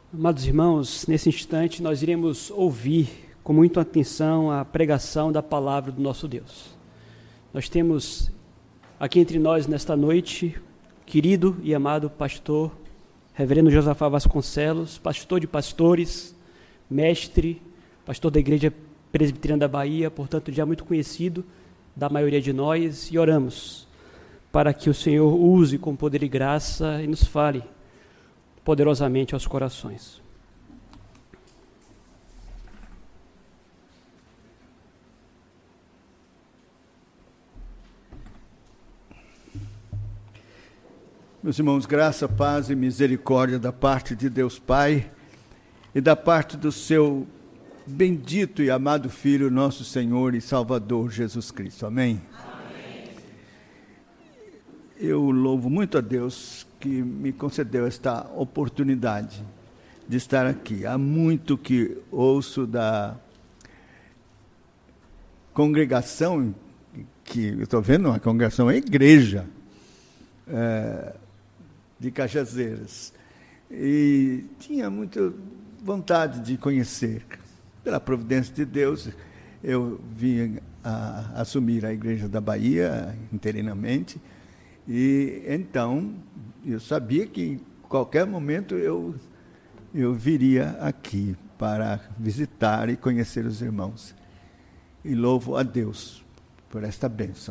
Amados irmãos, nesse instante nós iremos ouvir com muita atenção a pregação da palavra do nosso Deus. Nós temos aqui entre nós nesta noite, querido e amado pastor, reverendo Josafá Vasconcelos, pastor de pastores, mestre, pastor da Igreja Presbiteriana da Bahia, portanto já muito conhecido da maioria de nós, e oramos para que o Senhor use com poder e graça e nos fale poderosamente aos corações. Meus irmãos, graça, paz e misericórdia da parte de Deus Pai e da parte do seu bendito e amado Filho, nosso Senhor e Salvador Jesus Cristo. Amém? Amém. Eu louvo muito a Deus que me concedeu esta oportunidade de estar aqui. Há muito que ouço da congregação, que eu estou vendo uma congregação, é igreja, de Cajazeiras, e tinha muita vontade de conhecer. Pela providência de Deus, eu vim a assumir a Igreja da Bahia, interinamente, e então eu sabia que em qualquer momento eu viria aqui para visitar e conhecer os irmãos. E louvo a Deus por esta bênção.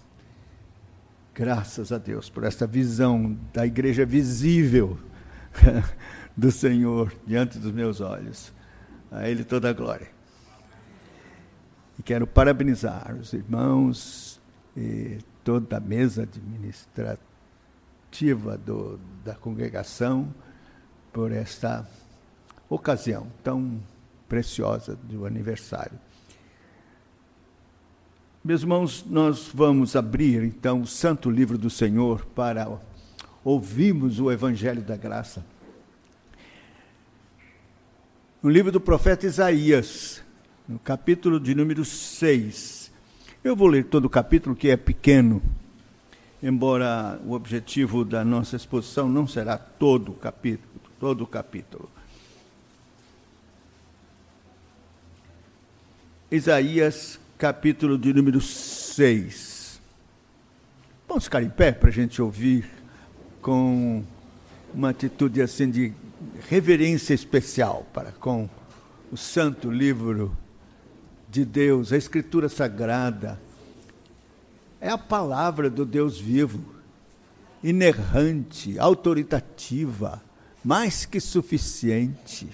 Graças a Deus por esta visão da igreja visível do Senhor diante dos meus olhos. A Ele toda a glória. E quero parabenizar os irmãos e toda a mesa administrativa da congregação por esta ocasião tão preciosa do aniversário. Meus irmãos, nós vamos abrir então o Santo Livro do Senhor para ouvirmos o Evangelho da Graça. No livro do profeta Isaías, no capítulo de número 6. Eu vou ler todo o capítulo, que é pequeno, embora o objetivo da nossa exposição não será todo o capítulo. Isaías, capítulo de número 6. Vamos ficar em pé para a gente ouvir com uma atitude assim de reverência especial para com o santo livro de Deus, a Escritura Sagrada. É a palavra do Deus vivo, inerrante, autoritativa, mais que suficiente,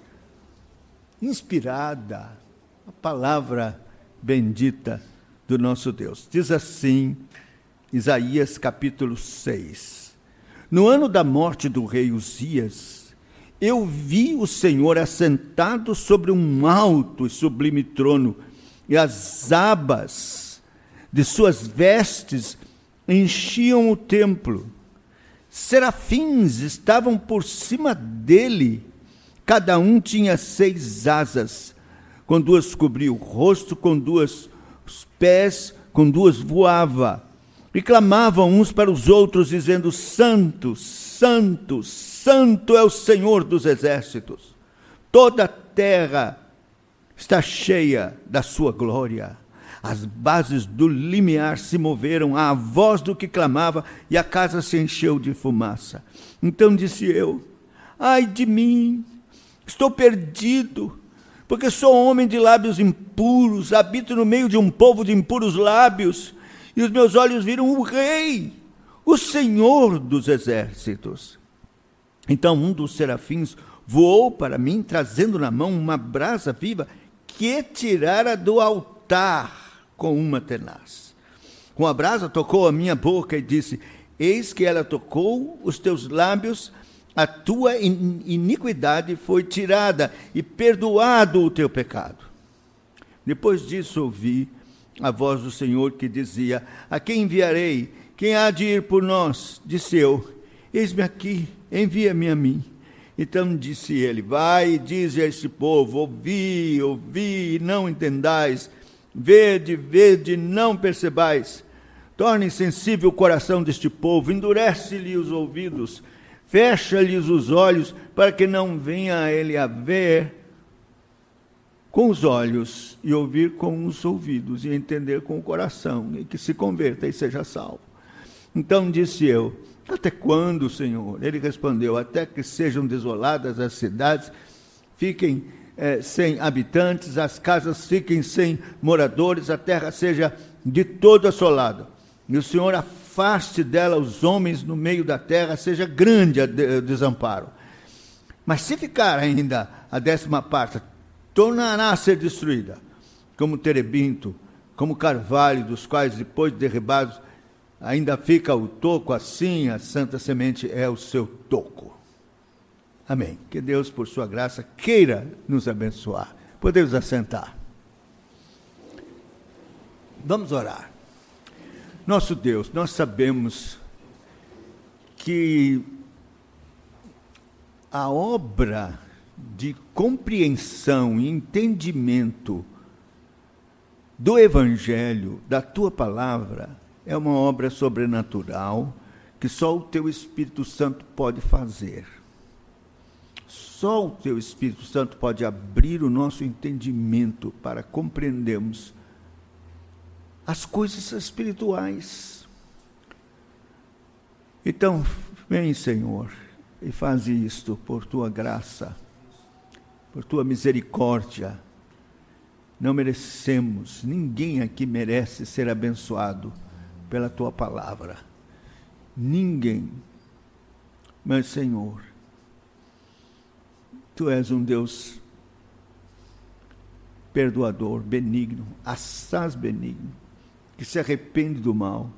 inspirada, a palavra bendita do nosso Deus. Diz assim, Isaías capítulo 6. No ano da morte do rei Uzias, eu vi o Senhor assentado sobre um alto e sublime trono, e as abas de suas vestes enchiam o templo. Serafins estavam por cima dele, cada um tinha 6 asas, com 2 cobria o rosto, com 2 os pés, com 2 voava. E clamavam uns para os outros, dizendo: Santo, Santo, Santo é o Senhor dos exércitos. Toda a terra está cheia da sua glória. As bases do limiar se moveram à voz do que clamava, e a casa se encheu de fumaça. Então disse eu: ai de mim, estou perdido, porque sou homem de lábios impuros, habito no meio de um povo de impuros lábios, e os meus olhos viram o Rei, o Senhor dos exércitos. Então um dos serafins voou para mim, trazendo na mão uma brasa viva, que tirara do altar com uma tenaz. Com a brasa tocou a minha boca e disse: eis que ela tocou os teus lábios, a tua iniquidade foi tirada e perdoado o teu pecado. Depois disso ouvi a voz do Senhor que dizia: a quem enviarei? Quem há de ir por nós? Disse eu: eis-me aqui, envia-me a mim. Então disse ele: vai e dize a este povo: ouvi, ouvi, não entendais, vede, vede, não percebais. Torne insensível o coração deste povo, endurece-lhe os ouvidos, fecha-lhes os olhos, para que não venha ele a ver com os olhos e ouvir com os ouvidos e entender com o coração, e que se converta e seja salvo. Então disse eu: até quando, Senhor? Ele respondeu: até que sejam desoladas as cidades, fiquem sem habitantes, as casas fiquem sem moradores, a terra seja de todo assolada. E o Senhor afaste dela os homens no meio da terra, seja grande o desamparo. Mas se ficar ainda a 10ª parte, tornará a ser destruída, como terebinto, como carvalho, dos quais, depois de derribados, ainda fica o toco, assim a santa semente é o seu toco. Amém. Que Deus, por sua graça, queira nos abençoar. Podemos assentar. Vamos orar. Nosso Deus, nós sabemos que a obra de compreensão e entendimento do Evangelho, da Tua Palavra, é uma obra sobrenatural que só o Teu Espírito Santo pode fazer. Só o Teu Espírito Santo pode abrir o nosso entendimento para compreendermos as coisas espirituais. Então, vem, Senhor, e faz isto por Tua graça, por Tua misericórdia. Não merecemos, ninguém aqui merece ser abençoado pela Tua Palavra. Ninguém. Mas, Senhor, Tu és um Deus perdoador, benigno, assaz benigno, que se arrepende do mal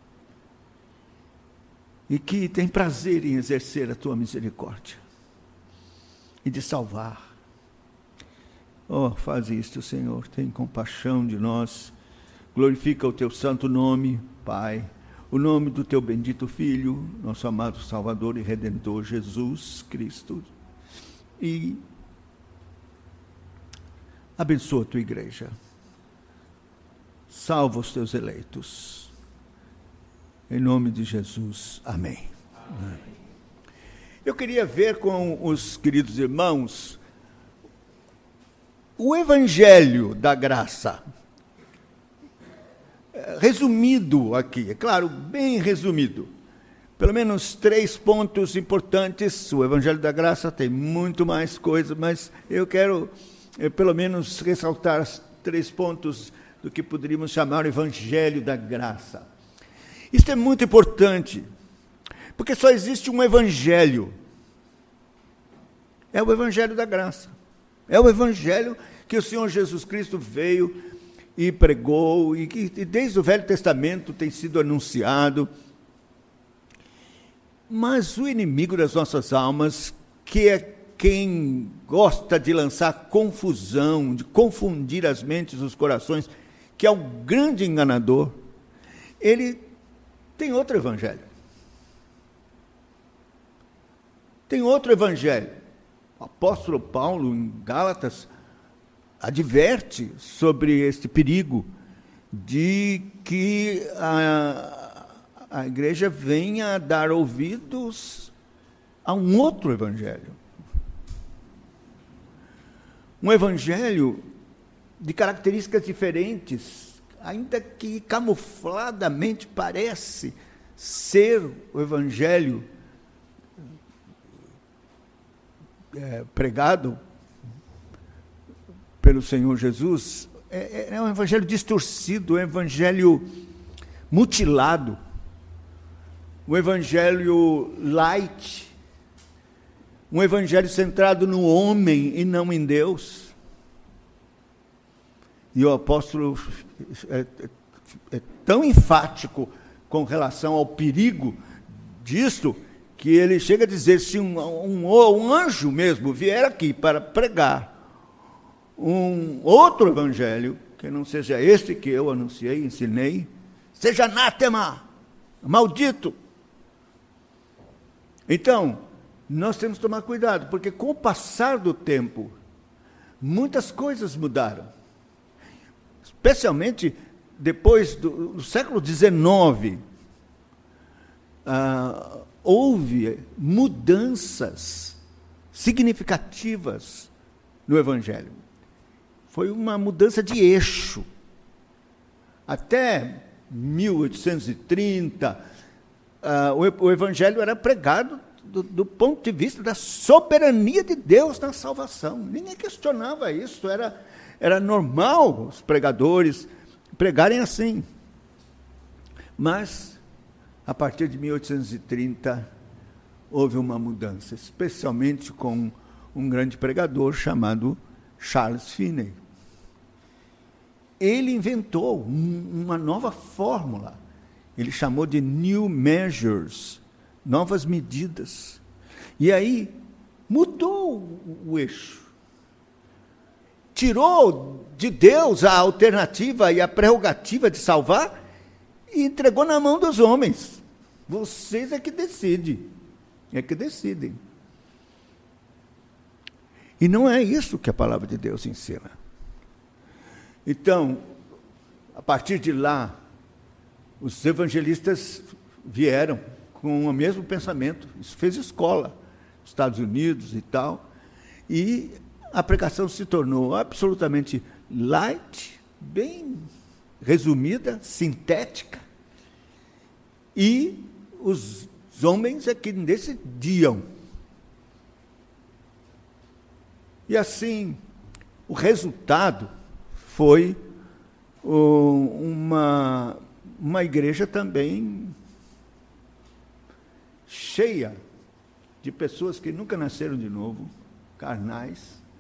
e que tem prazer em exercer a Tua misericórdia e de salvar. Oh, faz isto, Senhor, tem compaixão de nós, glorifica o Teu santo nome, Pai, o nome do Teu bendito Filho, nosso amado Salvador e Redentor, Jesus Cristo, e abençoa a Tua igreja, salva os Teus eleitos, em nome de Jesus, amém. Amém. Eu queria ver com os queridos irmãos o Evangelho da Graça, resumido aqui, é claro, bem resumido. Pelo menos 3 pontos importantes. O Evangelho da Graça tem muito mais coisa, mas eu quero, pelo menos, ressaltar 3 pontos do que poderíamos chamar o Evangelho da Graça. Isso é muito importante, porque só existe um Evangelho. É o Evangelho da Graça. É o Evangelho que o Senhor Jesus Cristo veio e pregou, e que desde o Velho Testamento tem sido anunciado. Mas o inimigo das nossas almas, que é quem gosta de lançar confusão, de confundir as mentes e os corações, que é um grande enganador, ele tem outro evangelho. Tem outro evangelho. O apóstolo Paulo, em Gálatas, adverte sobre este perigo de que a igreja venha a dar ouvidos a um outro evangelho. Um evangelho de características diferentes, ainda que camufladamente parece ser o evangelho pregado pelo Senhor Jesus. É um evangelho distorcido, um evangelho mutilado, um evangelho light, um evangelho centrado no homem e não em Deus. E o apóstolo é tão enfático com relação ao perigo disto, que ele chega a dizer: se um anjo mesmo vier aqui para pregar um outro evangelho, que não seja este que eu anunciei, ensinei, seja anátema, maldito. Então, nós temos que tomar cuidado, porque com o passar do tempo, muitas coisas mudaram. Especialmente depois do século XIX, houve mudanças significativas no Evangelho. Foi uma mudança de eixo. Até 1830, o Evangelho era pregado do ponto de vista da soberania de Deus na salvação. Ninguém questionava isso, era normal os pregadores pregarem assim. Mas, a partir de 1830, houve uma mudança, especialmente com um grande pregador chamado Charles Finney. Ele inventou uma nova fórmula. Ele chamou de New Measures, novas medidas. E aí, mudou o eixo. Tirou de Deus a alternativa e a prerrogativa de salvar e entregou na mão dos homens. Vocês é que decidem. É que decidem. E não é isso que a palavra de Deus ensina. Então, a partir de lá, os evangelistas vieram com o mesmo pensamento. Isso fez escola, nos Estados Unidos e tal. E a pregação se tornou absolutamente light, bem resumida, sintética. E os homens é que decidiam. E assim, o resultado foi uma igreja também cheia de pessoas que nunca nasceram de novo, carnais.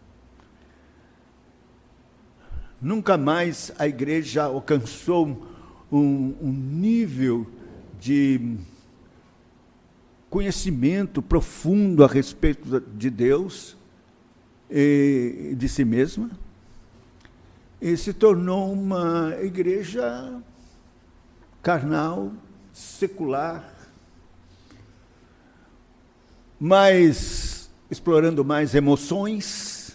Nunca mais a igreja alcançou um nível de conhecimento profundo a respeito de Deus e de si mesma. E se tornou uma igreja carnal, secular, mas explorando mais emoções,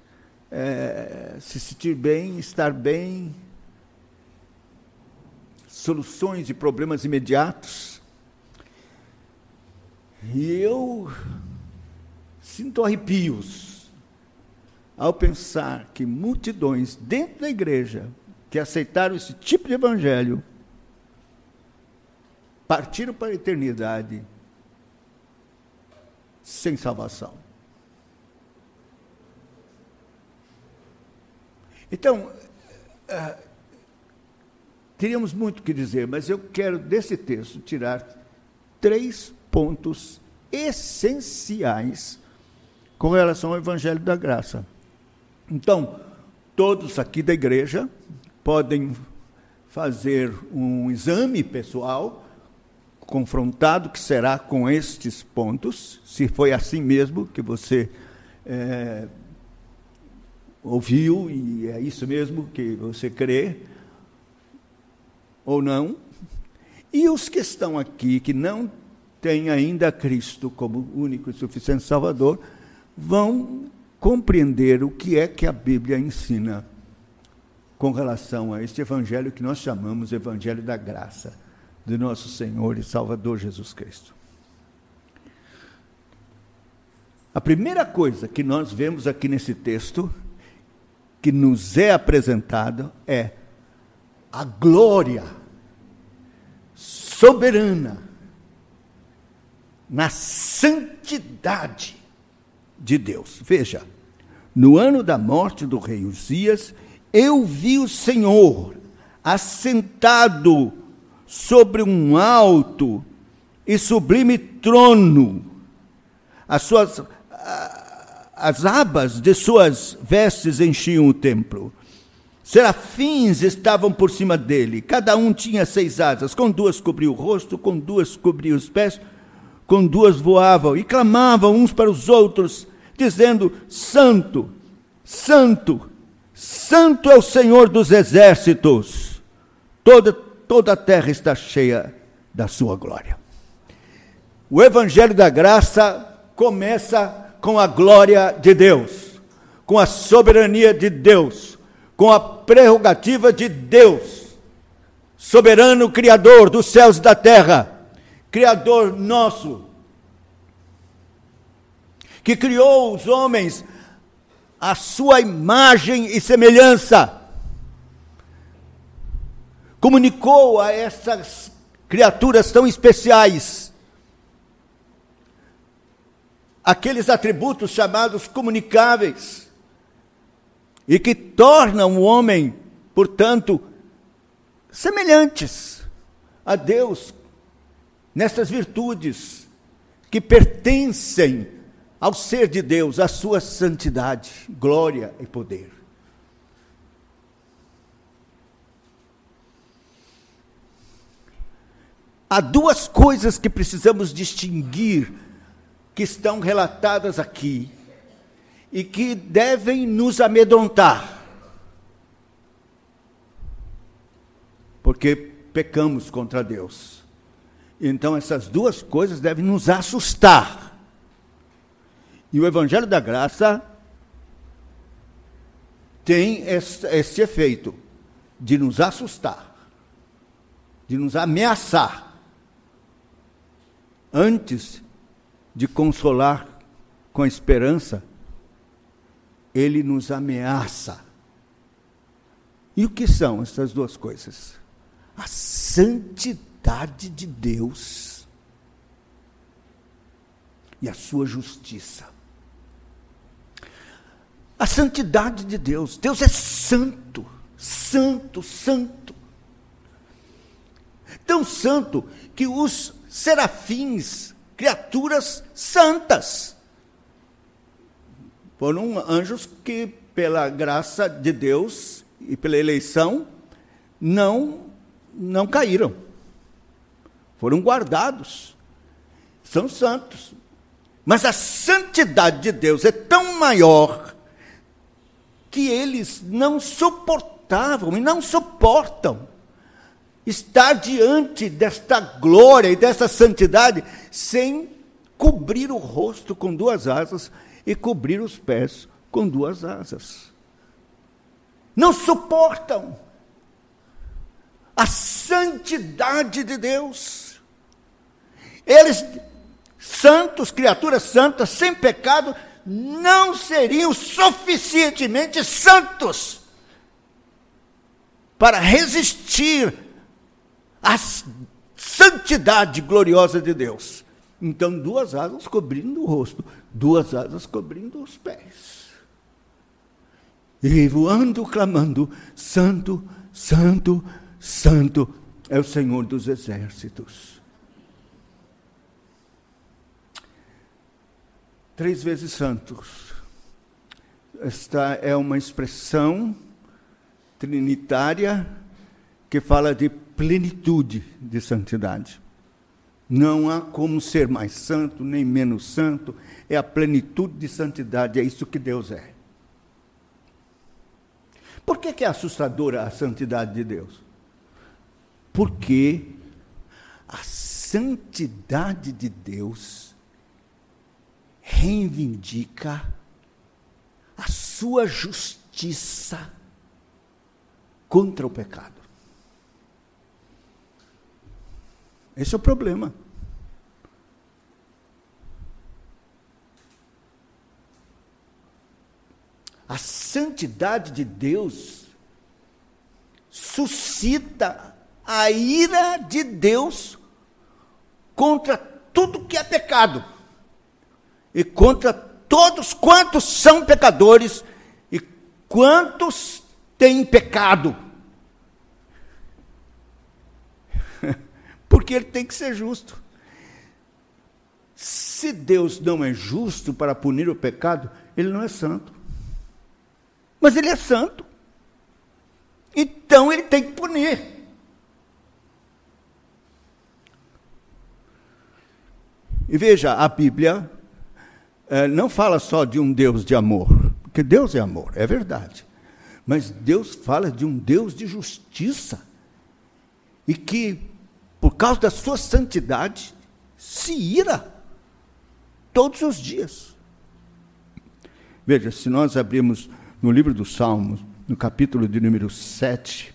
se sentir bem, estar bem, soluções de problemas imediatos. E eu sinto arrepios ao pensar que multidões dentro da igreja que aceitaram esse tipo de evangelho partiram para a eternidade sem salvação. Então, teríamos muito o que dizer, mas eu quero desse texto tirar 3 pontos essenciais com relação ao evangelho da graça. Então, todos aqui da igreja podem fazer um exame pessoal, confrontado que será com estes pontos, se foi assim mesmo que você ouviu, e é isso mesmo que você crê, ou não. E os que estão aqui, que não têm ainda Cristo como único e suficiente Salvador, vão compreender o que é que a Bíblia ensina com relação a este evangelho que nós chamamos Evangelho da Graça, de nosso Senhor e Salvador Jesus Cristo. A primeira coisa que nós vemos aqui nesse texto, que nos é apresentado, é a glória soberana na santidade de Deus. Veja, no ano da morte do rei Uzias, eu vi o Senhor assentado sobre um alto e sublime trono. As abas de suas vestes enchiam o templo. Serafins estavam por cima dele, cada um tinha 6 asas, com 2 cobria o rosto, com 2 cobria os pés, com 2 voavam, e clamavam uns para os outros, dizendo: Santo, Santo, Santo é o Senhor dos exércitos, toda a terra está cheia da sua glória. O Evangelho da Graça começa com a glória de Deus, com a soberania de Deus, com a prerrogativa de Deus, soberano Criador dos céus e da terra, Criador nosso, que criou os homens à sua imagem e semelhança, comunicou a essas criaturas tão especiais aqueles atributos chamados comunicáveis, e que tornam o homem, portanto, semelhantes a Deus nestas virtudes que pertencem ao ser de Deus, à sua santidade, glória e poder. Há duas coisas que precisamos distinguir, que estão relatadas aqui, e que devem nos amedrontar, porque pecamos contra Deus. Então essas duas coisas devem nos assustar. E o Evangelho da Graça tem esse efeito de nos assustar, de nos ameaçar, antes de consolar com esperança. Ele nos ameaça. E o que são essas duas coisas? A santidade de Deus e a sua justiça. A santidade de Deus. Deus é santo, santo, santo. Tão santo que os serafins, criaturas santas, foram anjos que, pela graça de Deus e pela eleição, não caíram. Foram guardados. São santos. Mas a santidade de Deus é tão maior que eles não suportavam e não suportam estar diante desta glória e desta santidade sem cobrir o rosto com duas asas e cobrir os pés com duas asas. Não suportam a santidade de Deus. Eles, santos, criaturas santas, sem pecado, não seriam suficientemente santos para resistir à santidade gloriosa de Deus. Então, duas asas cobrindo o rosto, duas asas cobrindo os pés. E voando, clamando, santo, santo, santo é o Senhor dos exércitos. 3 vezes santos. Esta é uma expressão trinitária que fala de plenitude de santidade. Não há como ser mais santo, nem menos santo. É a plenitude de santidade, é isso que Deus é. Por que é assustadora a santidade de Deus? Porque a santidade de Deus reivindica a sua justiça contra o pecado. Esse é o problema. A santidade de Deus suscita a ira de Deus contra tudo que é pecado e contra todos quantos são pecadores e quantos têm pecado. Porque ele tem que ser justo. Se Deus não é justo para punir o pecado, ele não é santo. Mas ele é santo. Então ele tem que punir. E veja, a Bíblia não fala só de um Deus de amor, porque Deus é amor, é verdade. Mas Deus fala de um Deus de justiça. E que, por causa da sua santidade, se ira todos os dias. Veja, se nós abrirmos no livro dos Salmos, no capítulo de número 7,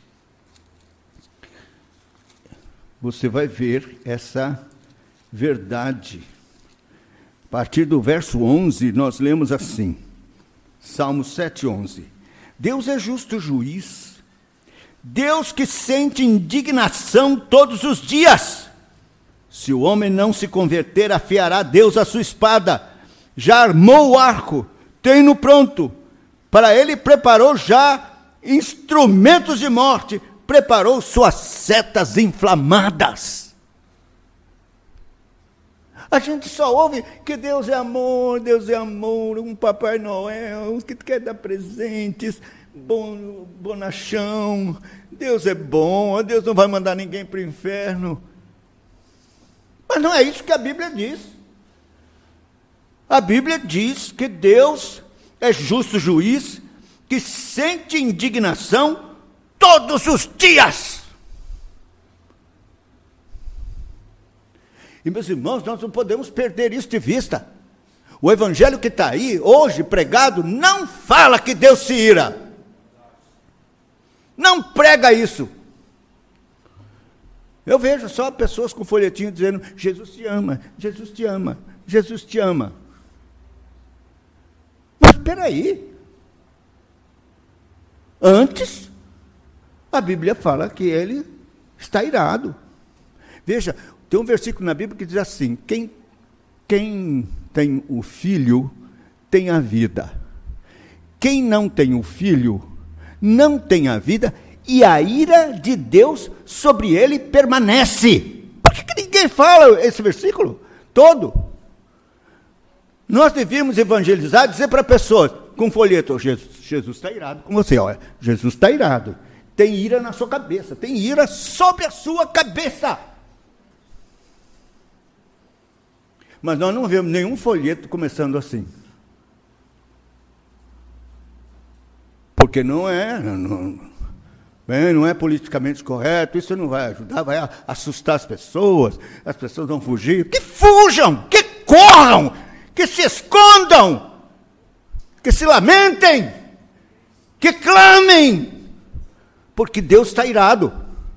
você vai ver essa verdade A partir do verso 11, nós lemos assim, Salmo 7:11. Deus é justo juiz, Deus que sente indignação todos os dias. Se o homem não se converter, afiará Deus a sua espada. Já armou o arco, tem-no pronto. Para ele preparou já instrumentos de morte, preparou suas setas inflamadas. A gente só ouve que Deus é amor, um Papai Noel que quer dar presentes, bonachão, Deus é bom, Deus não vai mandar ninguém para o inferno. Mas não é isso que a Bíblia diz. A Bíblia diz que Deus é justo juiz, que sente indignação todos os dias. E, meus irmãos, nós não podemos perder isso de vista. O evangelho que está aí, hoje, pregado, não fala que Deus se ira. Não prega isso. Eu vejo só pessoas com folhetinho dizendo, Jesus te ama, Jesus te ama, Jesus te ama. Mas espera aí. Antes, a Bíblia fala que ele está irado. Veja, tem um versículo na Bíblia que diz assim, quem tem o filho, tem a vida. Quem não tem o filho, não tem a vida, e a ira de Deus sobre ele permanece. Por que ninguém fala esse versículo todo? Nós devíamos evangelizar, dizer para a pessoa, com folheto, Jesus está irado com você, olha, Jesus está irado. Tem ira na sua cabeça, tem ira sobre a sua cabeça. Mas nós não vemos nenhum folheto começando assim. Porque não é politicamente correto, isso não vai ajudar, vai assustar as pessoas vão fugir. Que fujam, que corram, que se escondam, que se lamentem, que clamem, porque Deus está irado.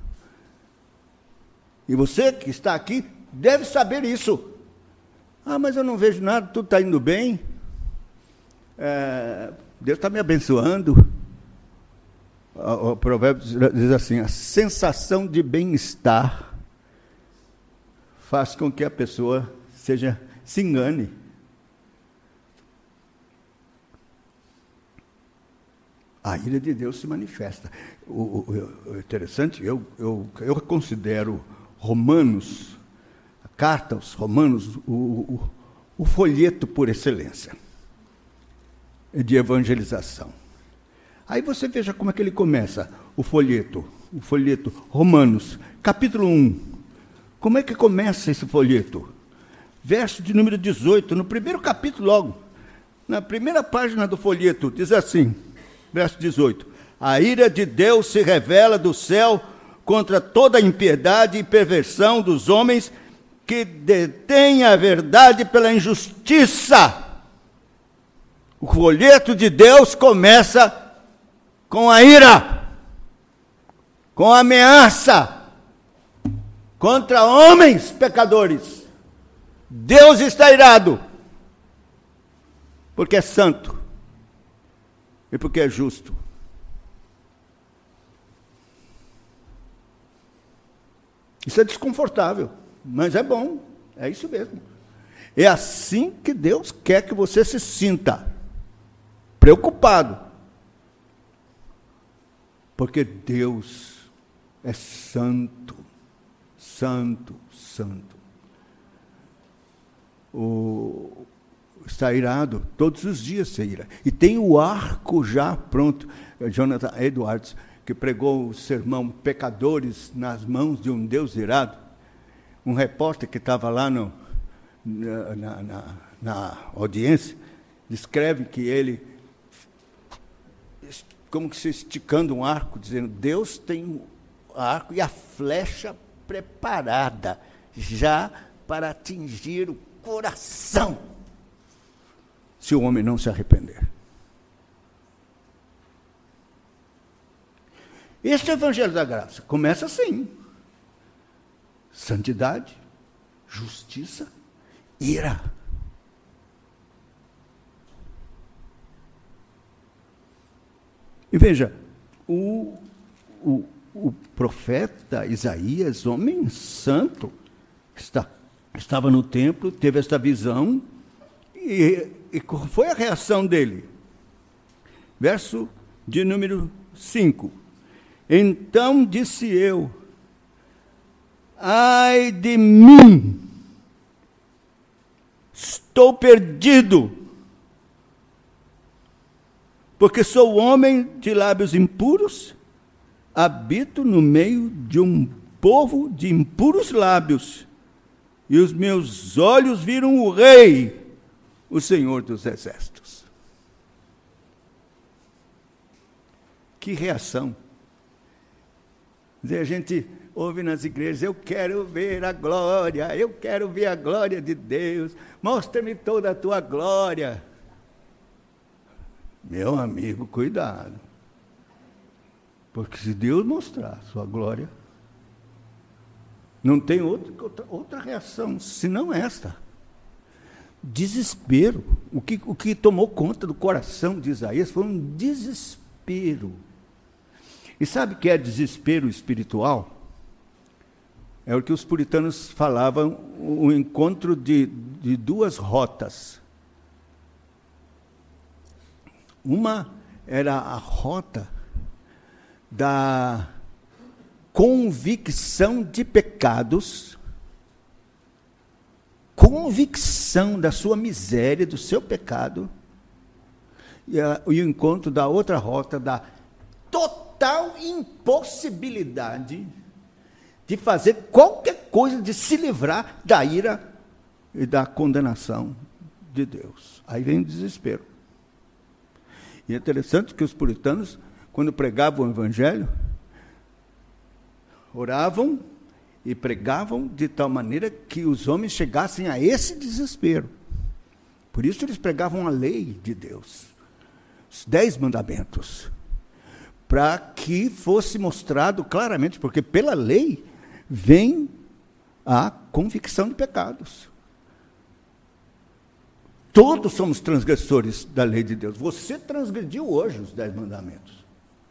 E você que está aqui deve saber isso. Ah, mas eu não vejo nada, tudo está indo bem. Deus está me abençoando. O provérbio diz assim, a sensação de bem-estar faz com que a pessoa se engane. A ira de Deus se manifesta. O interessante, eu considero Romanos, a carta aos Romanos, o folheto por excelência de evangelização. Aí você veja como é que ele começa, o folheto Romanos, capítulo 1. Como é que começa esse folheto? Verso de número 18, no primeiro capítulo logo, na primeira página do folheto, diz assim, verso 18, a ira de Deus se revela do céu contra toda a impiedade e perversão dos homens que detêm a verdade pela injustiça. O folheto de Deus começa com a ira, com a ameaça contra homens pecadores. Deus está irado, porque é santo e porque é justo. Isso é desconfortável, mas é bom, é isso mesmo. É assim que Deus quer que você se sinta, preocupado. Porque Deus é santo, santo, santo. Está irado, todos os dias se ira. E tem o arco já pronto. Jonathan Edwards, que pregou o sermão Pecadores nas mãos de um Deus irado. Um repórter que estava lá na audiência, descreve que ele, como que se esticando um arco, dizendo, Deus tem um arco e a flecha preparada, já para atingir o coração, se o homem não se arrepender. Este Evangelho da Graça começa assim, santidade, justiça, ira. E veja, o profeta Isaías, homem santo, estava no templo, teve esta visão, e qual foi a reação dele? Verso de número 5. Então disse eu, ai de mim, estou perdido, porque sou homem de lábios impuros, habito no meio de um povo de impuros lábios, e os meus olhos viram o Rei, o Senhor dos Exércitos. Que reação! A gente ouve nas igrejas, eu quero ver a glória, eu quero ver a glória de Deus, mostra-me toda a tua glória. Meu amigo, cuidado, porque se Deus mostrar a sua glória, não tem outra reação, senão esta. Desespero. O que tomou conta do coração de Isaías foi um desespero. E sabe o que é desespero espiritual? É o que os puritanos falavam, o encontro de duas rotas. Uma era a rota da convicção de pecados, convicção da sua miséria, do seu pecado, e o encontro da outra rota, da total impossibilidade de fazer qualquer coisa, de se livrar da ira e da condenação de Deus. Aí vem o desespero. E é interessante que os puritanos, quando pregavam o Evangelho, oravam e pregavam de tal maneira que os homens chegassem a esse desespero. Por isso eles pregavam a lei de Deus, os 10 mandamentos, para que fosse mostrado claramente, porque pela lei vem a convicção de pecados. Todos somos transgressores da lei de Deus. Você transgrediu hoje os 10 mandamentos.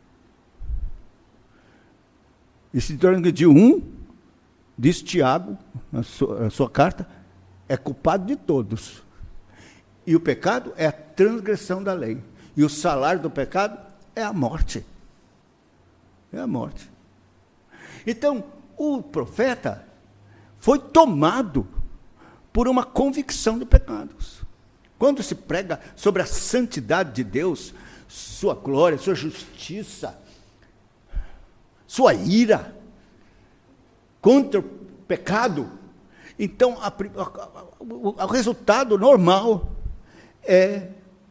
E se transgrediu um, diz Tiago, na sua carta, é culpado de todos. E o pecado é a transgressão da lei. E o salário do pecado é a morte. É a morte. Então, o profeta foi tomado por uma convicção de pecados. Quando se prega sobre a santidade de Deus, sua glória, sua justiça, sua ira contra o pecado, então o resultado normal é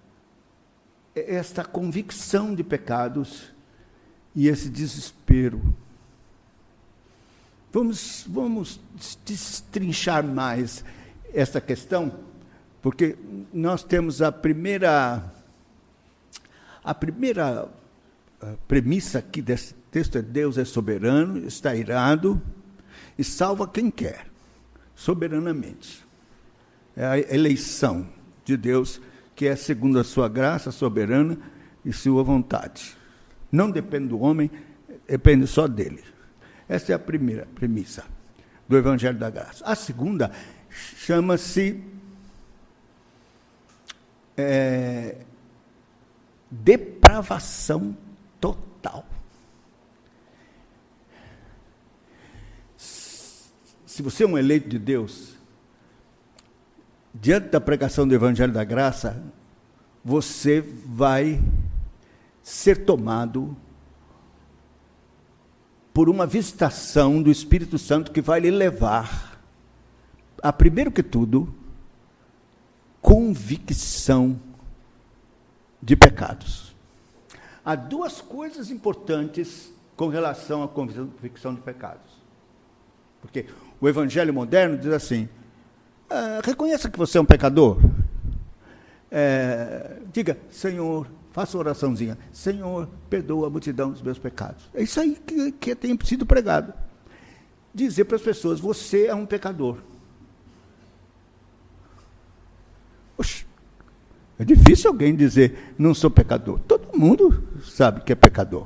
esta convicção de pecados e esse desespero. Vamos destrinchar mais essa questão, porque nós temos a primeira premissa aqui desse texto é: Deus é soberano, está irado e salva quem quer, soberanamente. É a eleição de Deus, que é segundo a sua graça soberana e sua vontade. Não depende do homem, depende só dele. Essa é a primeira premissa do Evangelho da Graça. A segunda chama-se depravação total. Se você é um eleito de Deus, diante da pregação do Evangelho da Graça, você vai ser tomado por uma visitação do Espírito Santo que vai lhe levar a, primeiro que tudo, convicção de pecados. Há duas coisas importantes com relação à convicção de pecados. Porque o Evangelho moderno diz assim: reconheça que você é um pecador. Diga: Senhor, faça uma oraçãozinha. Senhor, perdoa a multidão dos meus pecados. É isso aí que tem sido pregado. Dizer para as pessoas: você é um pecador. Oxe, é difícil alguém dizer: não sou pecador. Todo mundo sabe que é pecador.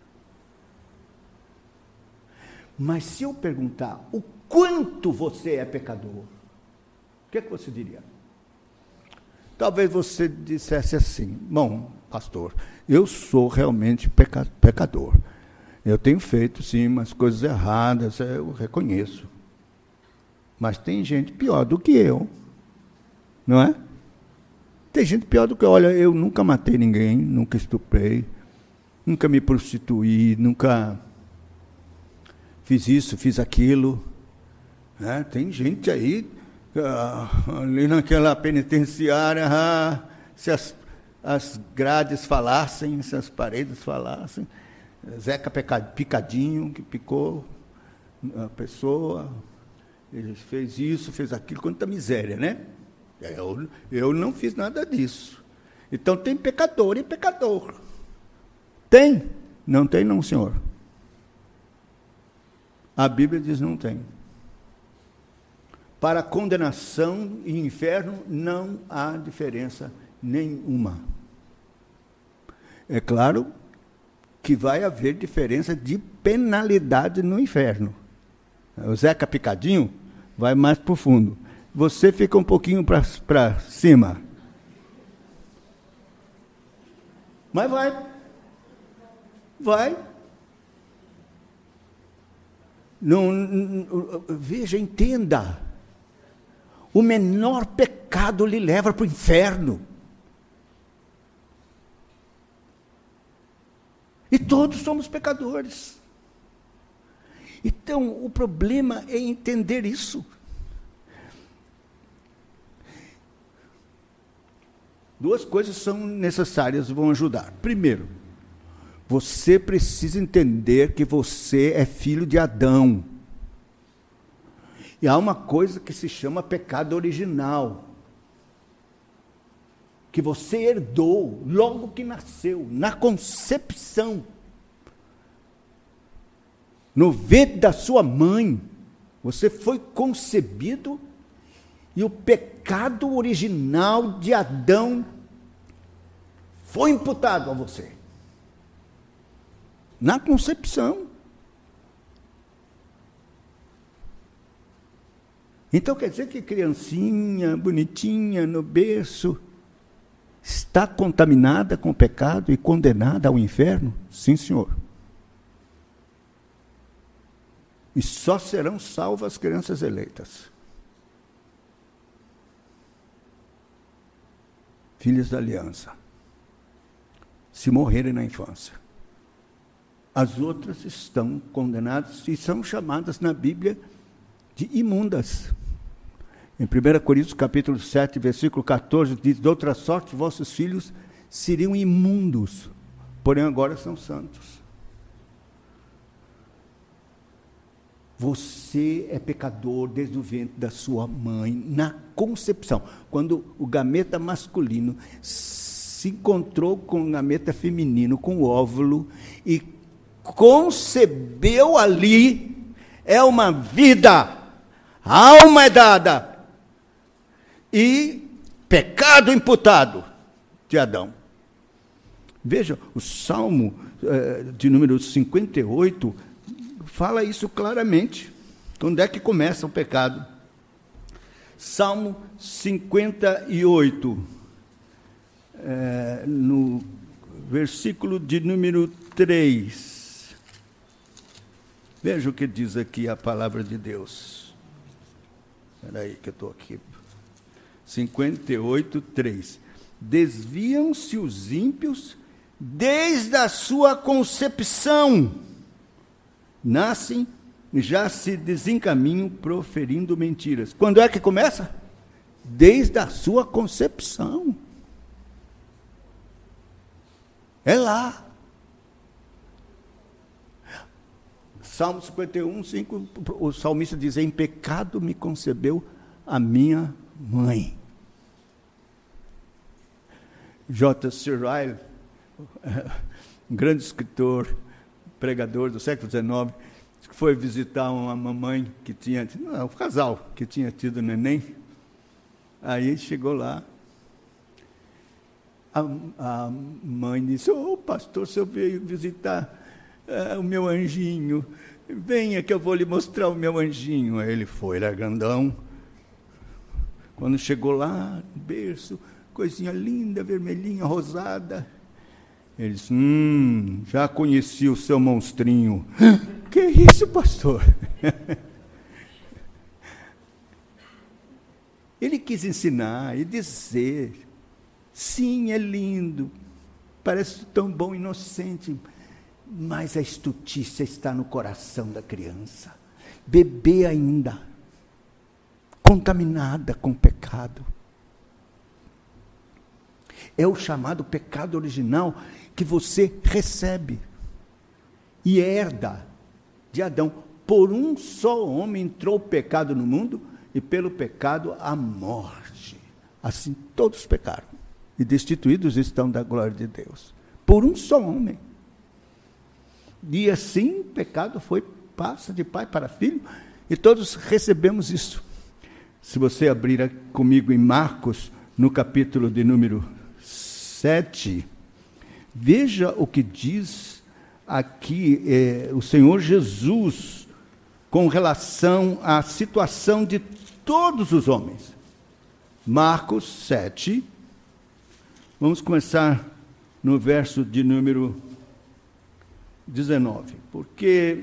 Mas se eu perguntar o quanto você é pecador, o que você diria? Talvez você dissesse assim: bom, pastor, eu sou realmente pecador. Eu tenho feito, sim, umas coisas erradas, eu reconheço. Mas tem gente pior do que eu, não é? Tem gente pior do que eu. Olha, eu nunca matei ninguém, nunca estuprei, nunca me prostituí, nunca fiz isso, fiz aquilo. Tem gente aí, ali naquela penitenciária, se as grades falassem, se as paredes falassem, Zeca Picadinho, que picou a pessoa, ele fez isso, fez aquilo, quanta miséria, né? Eu não fiz nada disso. Então tem pecador e pecador. Tem? Não tem não, senhor. A Bíblia diz não tem. Para condenação e inferno não há diferença nenhuma. É claro que vai haver diferença de penalidade no inferno. O Zeca Picadinho vai mais para o fundo. Você fica um pouquinho para cima. Mas vai. Não, veja, entenda. O menor pecado lhe leva para o inferno. E todos somos pecadores. Então, o problema é entender isso. Duas coisas são necessárias, vão ajudar. Primeiro, você precisa entender que você é filho de Adão. E há uma coisa que se chama pecado original, que você herdou logo que nasceu, na concepção, no ventre da sua mãe. Você foi concebido e o pecado original de Adão foi imputado a você. Na concepção. Então quer dizer que criancinha, bonitinha, no berço, está contaminada com o pecado e condenada ao inferno? Sim, senhor. E só serão salvas as crianças eleitas. Filhas da aliança. Se morrerem na infância. As outras estão condenadas e são chamadas na Bíblia de imundas. Em 1 Coríntios capítulo 7, versículo 14, diz: de outra sorte, vossos filhos seriam imundos, porém agora são santos. Você é pecador desde o ventre da sua mãe, na concepção. Quando o gameta masculino se encontrou com o gameta feminino, com o óvulo, e concebeu ali, é uma vida, a alma é dada, e pecado imputado de Adão. Veja, o Salmo de número 58 fala isso claramente. Onde é que começa o pecado? Salmo 58, no versículo de número 3. Veja o que diz aqui a palavra de Deus. Espera aí que eu estou aqui. 58, 3. Desviam-se os ímpios desde a sua concepção. Nascem e já se desencaminham proferindo mentiras. Quando é que começa? Desde a sua concepção. É lá. Salmo 51, 5, o salmista diz: em pecado me concebeu a minha mãe. J.C. Ryle, um grande escritor, pregador do século XIX, foi visitar uma mamãe que tinha, um casal que tinha tido neném. Aí chegou lá a mãe disse: pastor, o senhor veio visitar o meu anjinho, venha que eu vou lhe mostrar o meu anjinho. Aí ele foi, era grandão. Quando chegou lá, berço, coisinha linda, vermelhinha, rosada, ele disse: já conheci o seu monstrinho. Que isso, pastor? Ele quis ensinar e dizer: sim, é lindo, parece tão bom, inocente, mas a estutícia está no coração da criança, bebê ainda, contaminada com pecado. É o chamado pecado original que você recebe e herda de Adão. Por um só homem entrou o pecado no mundo, e pelo pecado a morte. Assim todos pecaram e destituídos estão da glória de Deus. Por um só homem. E assim o pecado passa de pai para filho, e todos recebemos isso. Se você abrir comigo em Marcos, no capítulo de número 7, veja o que diz aqui o Senhor Jesus com relação à situação de todos os homens. Marcos 7, vamos começar no verso de número 19. Porque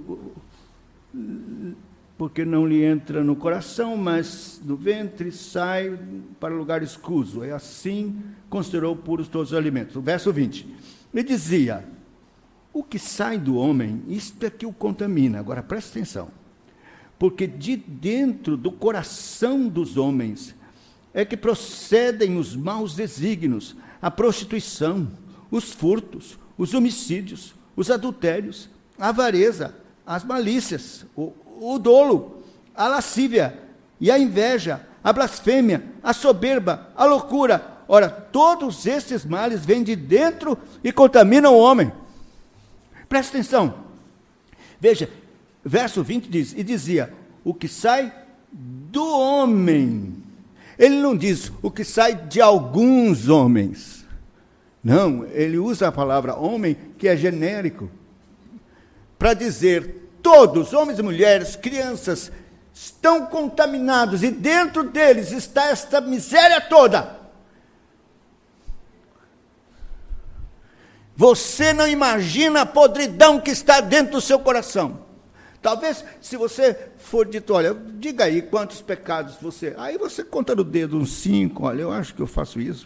não lhe entra no coração, mas do ventre sai para lugar escuso. E assim considerou puros todos os alimentos. O verso 20. Ele dizia: o que sai do homem, isto é que o contamina. Agora presta atenção. Porque de dentro do coração dos homens é que procedem os maus desígnios, a prostituição, os furtos, os homicídios, os adultérios, a avareza, as malícias, o dolo, a lascívia e a inveja, a blasfêmia, a soberba, a loucura. Ora, todos estes males vêm de dentro e contaminam o homem. Presta atenção. Veja, verso 20 diz, e dizia: o que sai do homem. Ele não diz o que sai de alguns homens. Não, ele usa a palavra homem, que é genérico, para dizer: todos, homens e mulheres, crianças, estão contaminados, e dentro deles está esta miséria toda. Você não imagina a podridão que está dentro do seu coração. Talvez, se você for dito: olha, diga aí quantos pecados você... Aí você conta no dedo uns 5, olha, eu acho que eu faço isso.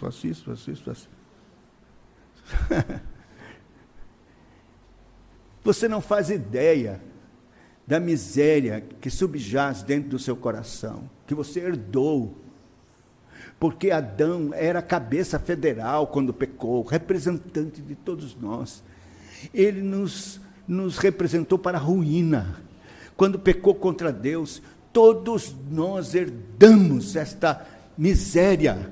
Você não faz ideia da miséria que subjaz dentro do seu coração, que você herdou. Porque Adão era a cabeça federal quando pecou, representante de todos nós. Ele nos representou para a ruína. Quando pecou contra Deus, todos nós herdamos esta miséria.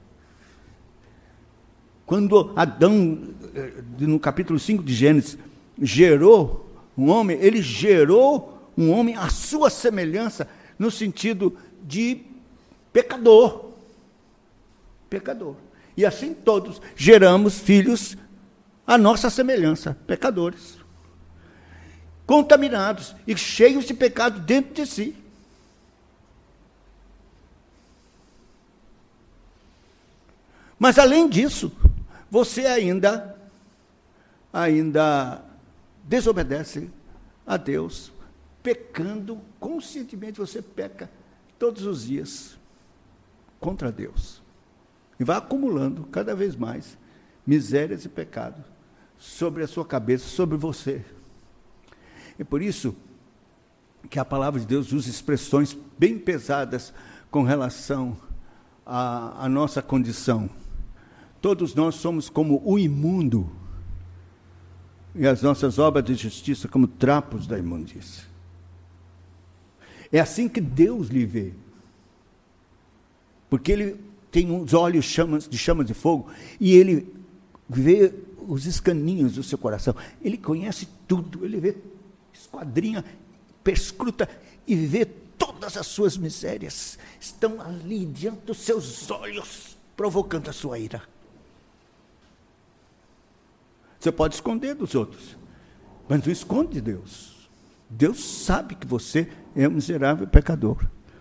Quando Adão, no capítulo 5 de Gênesis, gerou um homem, ele gerou um homem à sua semelhança, no sentido de pecador. Pecador. E assim todos geramos filhos à nossa semelhança, pecadores, contaminados e cheios de pecado dentro de si. Mas além disso, você ainda desobedece a Deus, pecando conscientemente. Você peca todos os dias contra Deus. E vai acumulando cada vez mais misérias e pecados sobre a sua cabeça, sobre você. É por isso que a palavra de Deus usa expressões bem pesadas com relação à nossa condição. Todos nós somos como o imundo, e as nossas obras de justiça como trapos da imundícia. É assim que Deus lhe vê. Porque Ele tem uns olhos de chamas de fogo, e Ele vê os escaninhos do seu coração. Ele conhece tudo, Ele vê, esquadrinha, perscruta, e vê todas as suas misérias. Estão ali diante dos seus olhos, provocando a sua ira. Você pode esconder dos outros, mas não esconde de Deus. Deus sabe que você é um miserável pecador.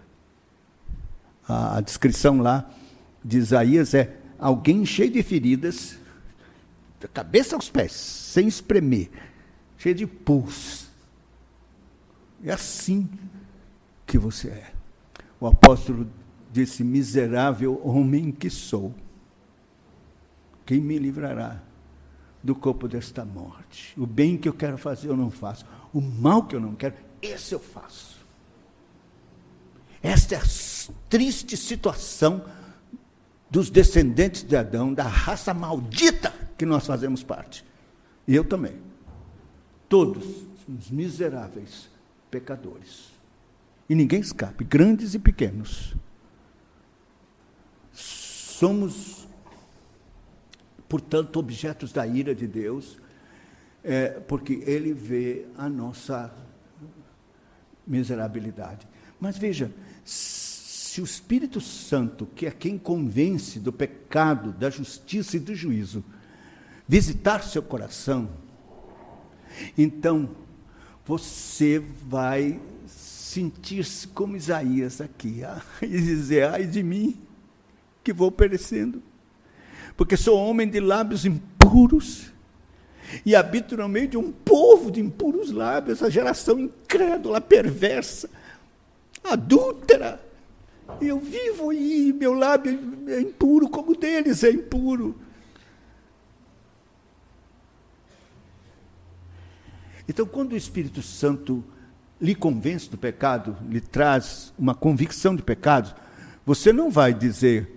A descrição lá de Isaías é alguém cheio de feridas, da cabeça aos pés, sem espremer, cheio de pus. É assim que você é. O apóstolo disse: miserável homem que sou, quem me livrará do corpo desta morte? O bem que eu quero fazer eu não faço, o mal que eu não quero, esse eu faço. Esta é a triste situação dos descendentes de Adão, da raça maldita que nós fazemos parte. E eu também. Todos os miseráveis pecadores. E ninguém escape, grandes e pequenos. Somos, portanto, objetos da ira de Deus, porque Ele vê a nossa miserabilidade. Mas veja, se o Espírito Santo, que é quem convence do pecado, da justiça e do juízo, visitar seu coração, então você vai sentir-se como Isaías aqui, e dizer: ai de mim, que vou perecendo, porque sou homem de lábios impuros, e habito no meio de um povo de impuros lábios, essa geração incrédula, perversa, adúltera. Eu vivo e meu lábio é impuro, como o deles é impuro. Então, quando o Espírito Santo lhe convence do pecado, lhe traz uma convicção de pecado, você não vai dizer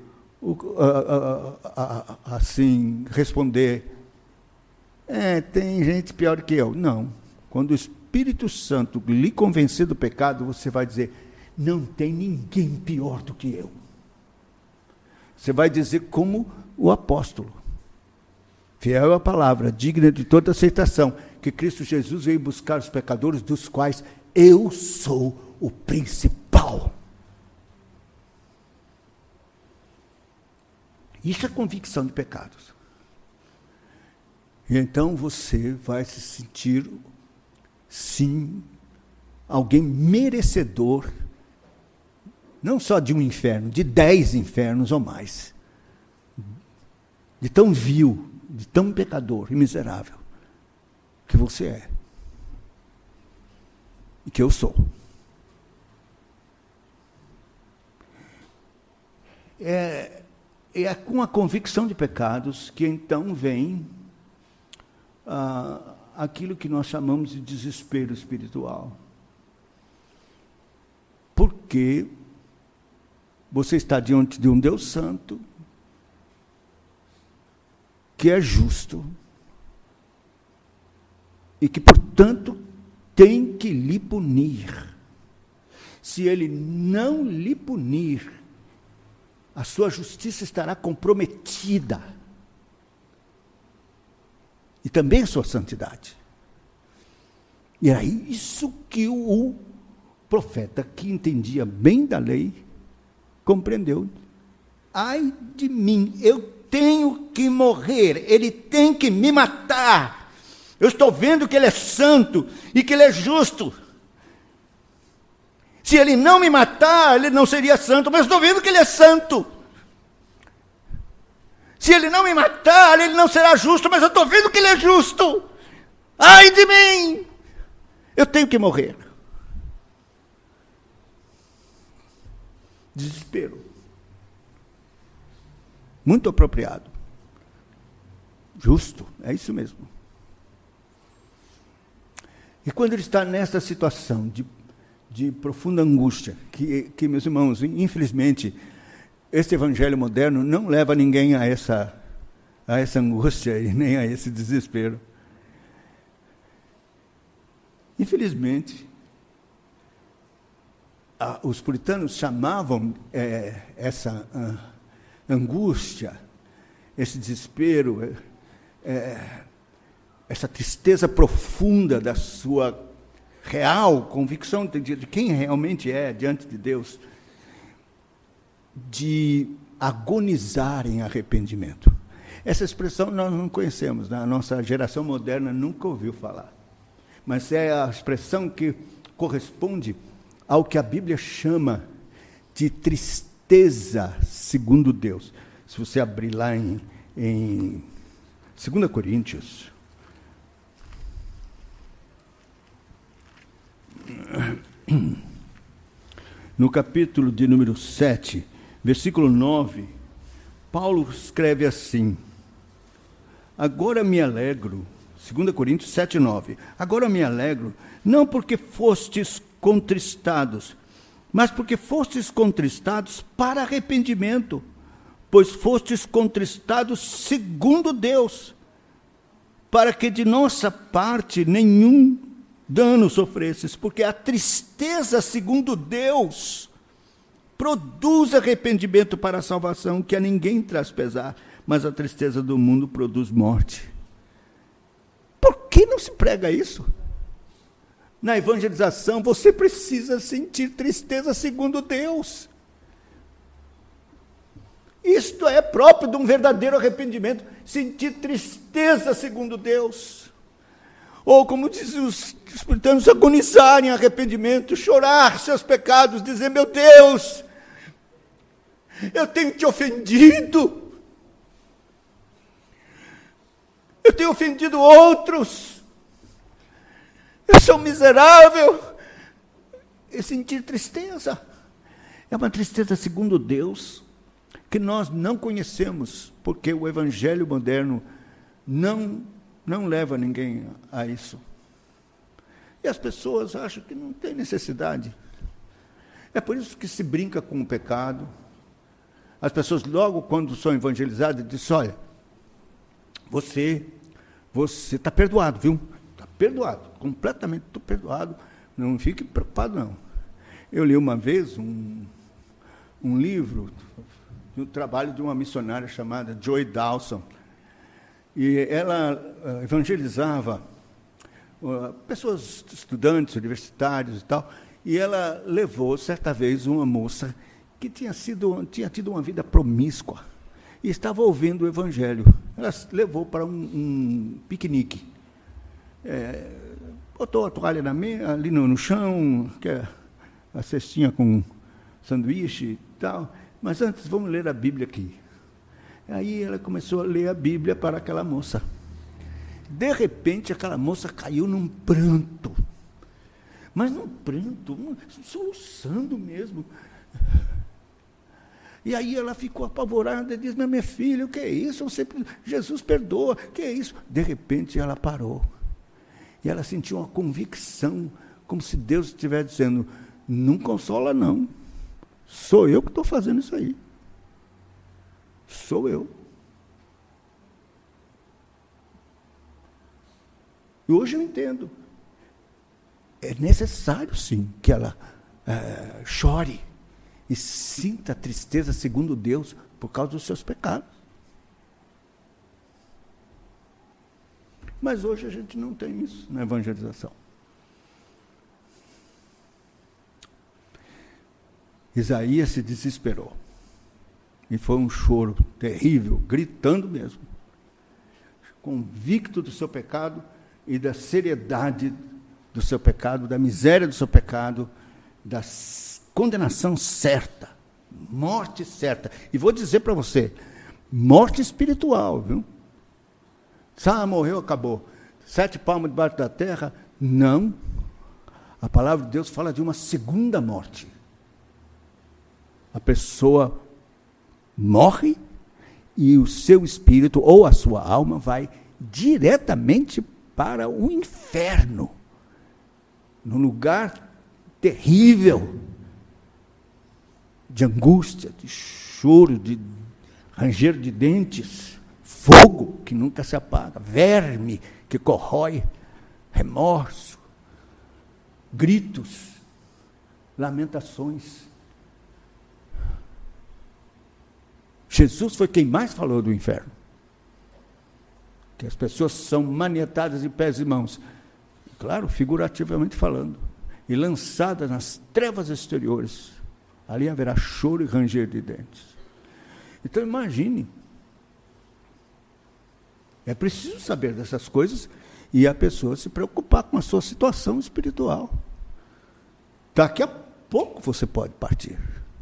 assim, responder: tem gente pior que eu. Não. Quando o Espírito Santo lhe convencer do pecado, você vai dizer: não tem ninguém pior do que eu. Você vai dizer como o apóstolo, fiel à palavra, digna de toda aceitação, que Cristo Jesus veio buscar os pecadores, dos quais eu sou o principal. Isso é convicção de pecados. E então você vai se sentir, sim, alguém merecedor, não só de um inferno, de 10 infernos ou mais. De tão vil, de tão pecador e miserável que você é. E que eu sou. É com a convicção de pecados que então vem aquilo que nós chamamos de desespero espiritual. Porque você está diante de um Deus santo, que é justo, e que, portanto, tem que lhe punir. Se ele não lhe punir, a sua justiça estará comprometida. E também a sua santidade. E era isso que o profeta, que entendia bem da lei, compreendeu. Ai de mim, eu tenho que morrer, ele tem que me matar. Eu estou vendo que ele é santo e que ele é justo. Se ele não me matar, ele não seria santo, mas eu estou vendo que ele é santo. Se ele não me matar, ele não será justo, mas eu estou vendo que ele é justo. Ai de mim! Eu tenho que morrer. Desespero. Muito apropriado. Justo, é isso mesmo. E quando ele está nessa situação de profunda angústia, que, meus irmãos, infelizmente, este evangelho moderno não leva ninguém a essa angústia e nem a esse desespero. Infelizmente, os puritanos chamavam essa angústia, esse desespero, essa tristeza profunda da sua real convicção de quem realmente é diante de Deus, de agonizar em arrependimento. Essa expressão nós não conhecemos, a nossa geração moderna nunca ouviu falar. Mas é a expressão que corresponde ao que a Bíblia chama de tristeza segundo Deus. Se você abrir lá em 2 Coríntios, no capítulo de número 7, versículo 9, Paulo escreve assim: agora me alegro, 2 Coríntios 7, 9, agora me alegro, não porque fostes contristados, mas porque fostes contristados para arrependimento, pois fostes contristados segundo Deus, para que de nossa parte nenhum dano sofresses, porque a tristeza segundo Deus produz arrependimento para a salvação, que a ninguém traz pesar, mas a tristeza do mundo produz morte. Por que não se prega isso? Na evangelização, você precisa sentir tristeza segundo Deus. Isto é próprio de um verdadeiro arrependimento, sentir tristeza segundo Deus. Ou, como dizem os puritanos, agonizar em arrependimento, chorar seus pecados, dizer: meu Deus, eu tenho te ofendido, eu tenho ofendido outros, eu sou miserável. E sentir tristeza é uma tristeza segundo Deus, que nós não conhecemos, porque o evangelho moderno não leva ninguém a isso. E as pessoas acham que não tem necessidade. É por isso que se brinca com o pecado. As pessoas, logo quando são evangelizadas, dizem: olha, você está perdoado, viu? Está perdoado, completamente perdoado. Não fique preocupado, não. Eu li uma vez um livro do trabalho de uma missionária chamada Joy Dawson. E ela evangelizava pessoas, estudantes, universitários e tal, e ela levou, certa vez, uma moça que tinha tido uma vida promíscua e estava ouvindo o evangelho. Ela levou para um piquenique. Botou a toalha ali no chão, que é a cestinha com sanduíche e tal, mas antes vamos ler a Bíblia aqui. Aí ela começou a ler a Bíblia para aquela moça. De repente, aquela moça caiu num pranto. Mas num pranto, soluçando mesmo. E aí ela ficou apavorada e disse: mas minha filha, o que é isso? Jesus perdoa, o que é isso? De repente ela parou. E ela sentiu uma convicção, como se Deus estivesse dizendo: não consola não. Sou eu que estou fazendo isso aí. Sou eu. E hoje eu entendo. É necessário, sim, que ela chore e sinta tristeza segundo Deus por causa dos seus pecados. Mas hoje a gente não tem isso na evangelização. Isaías se desesperou. E foi um choro terrível, gritando mesmo. Convicto do seu pecado e da seriedade do seu pecado, da miséria do seu pecado, da condenação certa, morte certa. E vou dizer para você, morte espiritual, viu? Morreu, acabou. 7 palmos debaixo da terra? Não. A palavra de Deus fala de uma segunda morte. A pessoa morre e o seu espírito ou a sua alma vai diretamente para o inferno, num lugar terrível, de angústia, de choro, de ranger de dentes, fogo que nunca se apaga, verme que corrói, remorso, gritos, lamentações. Jesus foi quem mais falou do inferno. Que as pessoas são manietadas de pés e mãos. Claro, figurativamente falando. E lançadas nas trevas exteriores. Ali haverá choro e ranger de dentes. Então imagine. É preciso saber dessas coisas e a pessoa se preocupar com a sua situação espiritual. Daqui a pouco você pode partir.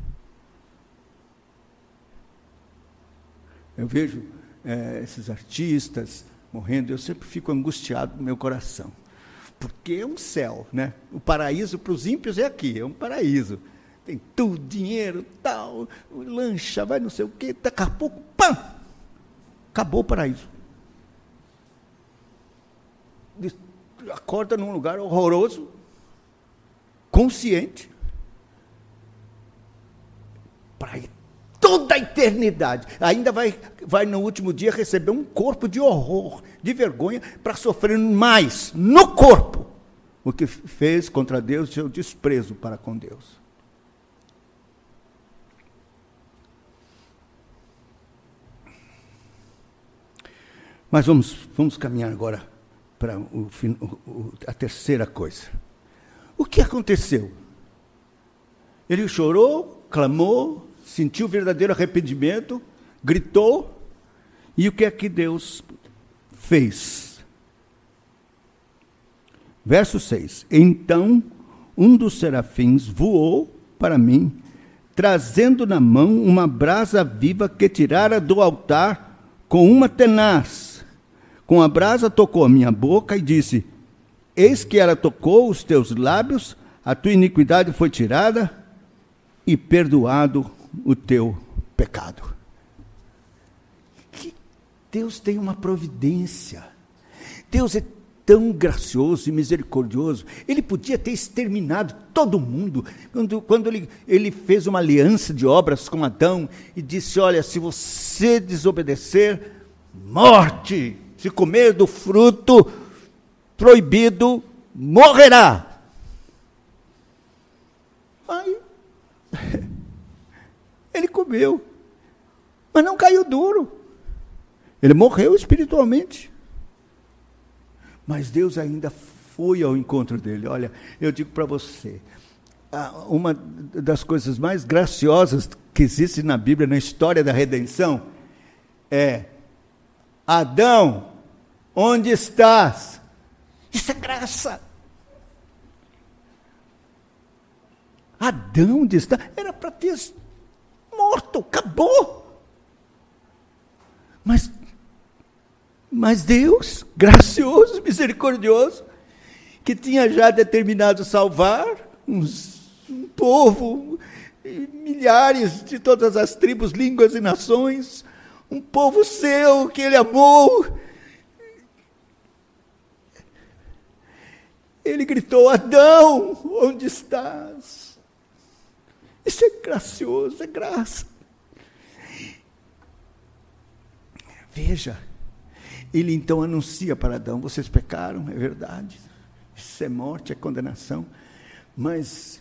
Eu vejo esses artistas morrendo, eu sempre fico angustiado no meu coração. Porque é um céu, né? O paraíso para os ímpios é aqui, é um paraíso. Tem tudo, dinheiro, tal, lancha, vai não sei o quê, daqui a pouco, pam! Acabou o paraíso. Acorda num lugar horroroso, consciente, para toda a eternidade. Ainda vai no último dia receber um corpo de horror, de vergonha, para sofrer mais no corpo o que fez contra Deus, seu desprezo para com Deus. Mas vamos caminhar agora para a terceira coisa. O que aconteceu? Ele chorou, clamou, sentiu verdadeiro arrependimento, gritou, e o que é que Deus fez? Verso 6. Então, um dos serafins voou para mim, trazendo na mão uma brasa viva que tirara do altar com uma tenaz. Com a brasa tocou a minha boca e disse: eis que ela tocou os teus lábios, a tua iniquidade foi tirada e perdoado o teu pecado. Que Deus tem uma providência. Deus é tão gracioso e misericordioso. Ele podia ter exterminado todo mundo. Quando ele fez uma aliança de obras com Adão e disse: olha, se você desobedecer, morte. Se comer do fruto proibido, morrerá. Aí, ele comeu, mas não caiu duro. Ele morreu espiritualmente. Mas Deus ainda foi ao encontro dele. Olha, eu digo para você, uma das coisas mais graciosas que existe na Bíblia, na história da redenção, é: Adão, onde estás? Isso é graça. Adão, onde está? Era para ter morto, acabou. Mas Deus, gracioso, misericordioso, que tinha já determinado salvar um povo, milhares de todas as tribos, línguas e nações, um povo seu que ele amou. Ele gritou: Adão, onde estás? Isso é gracioso, é graça. Veja, ele então anuncia para Adão: vocês pecaram, é verdade, isso é morte, é condenação, mas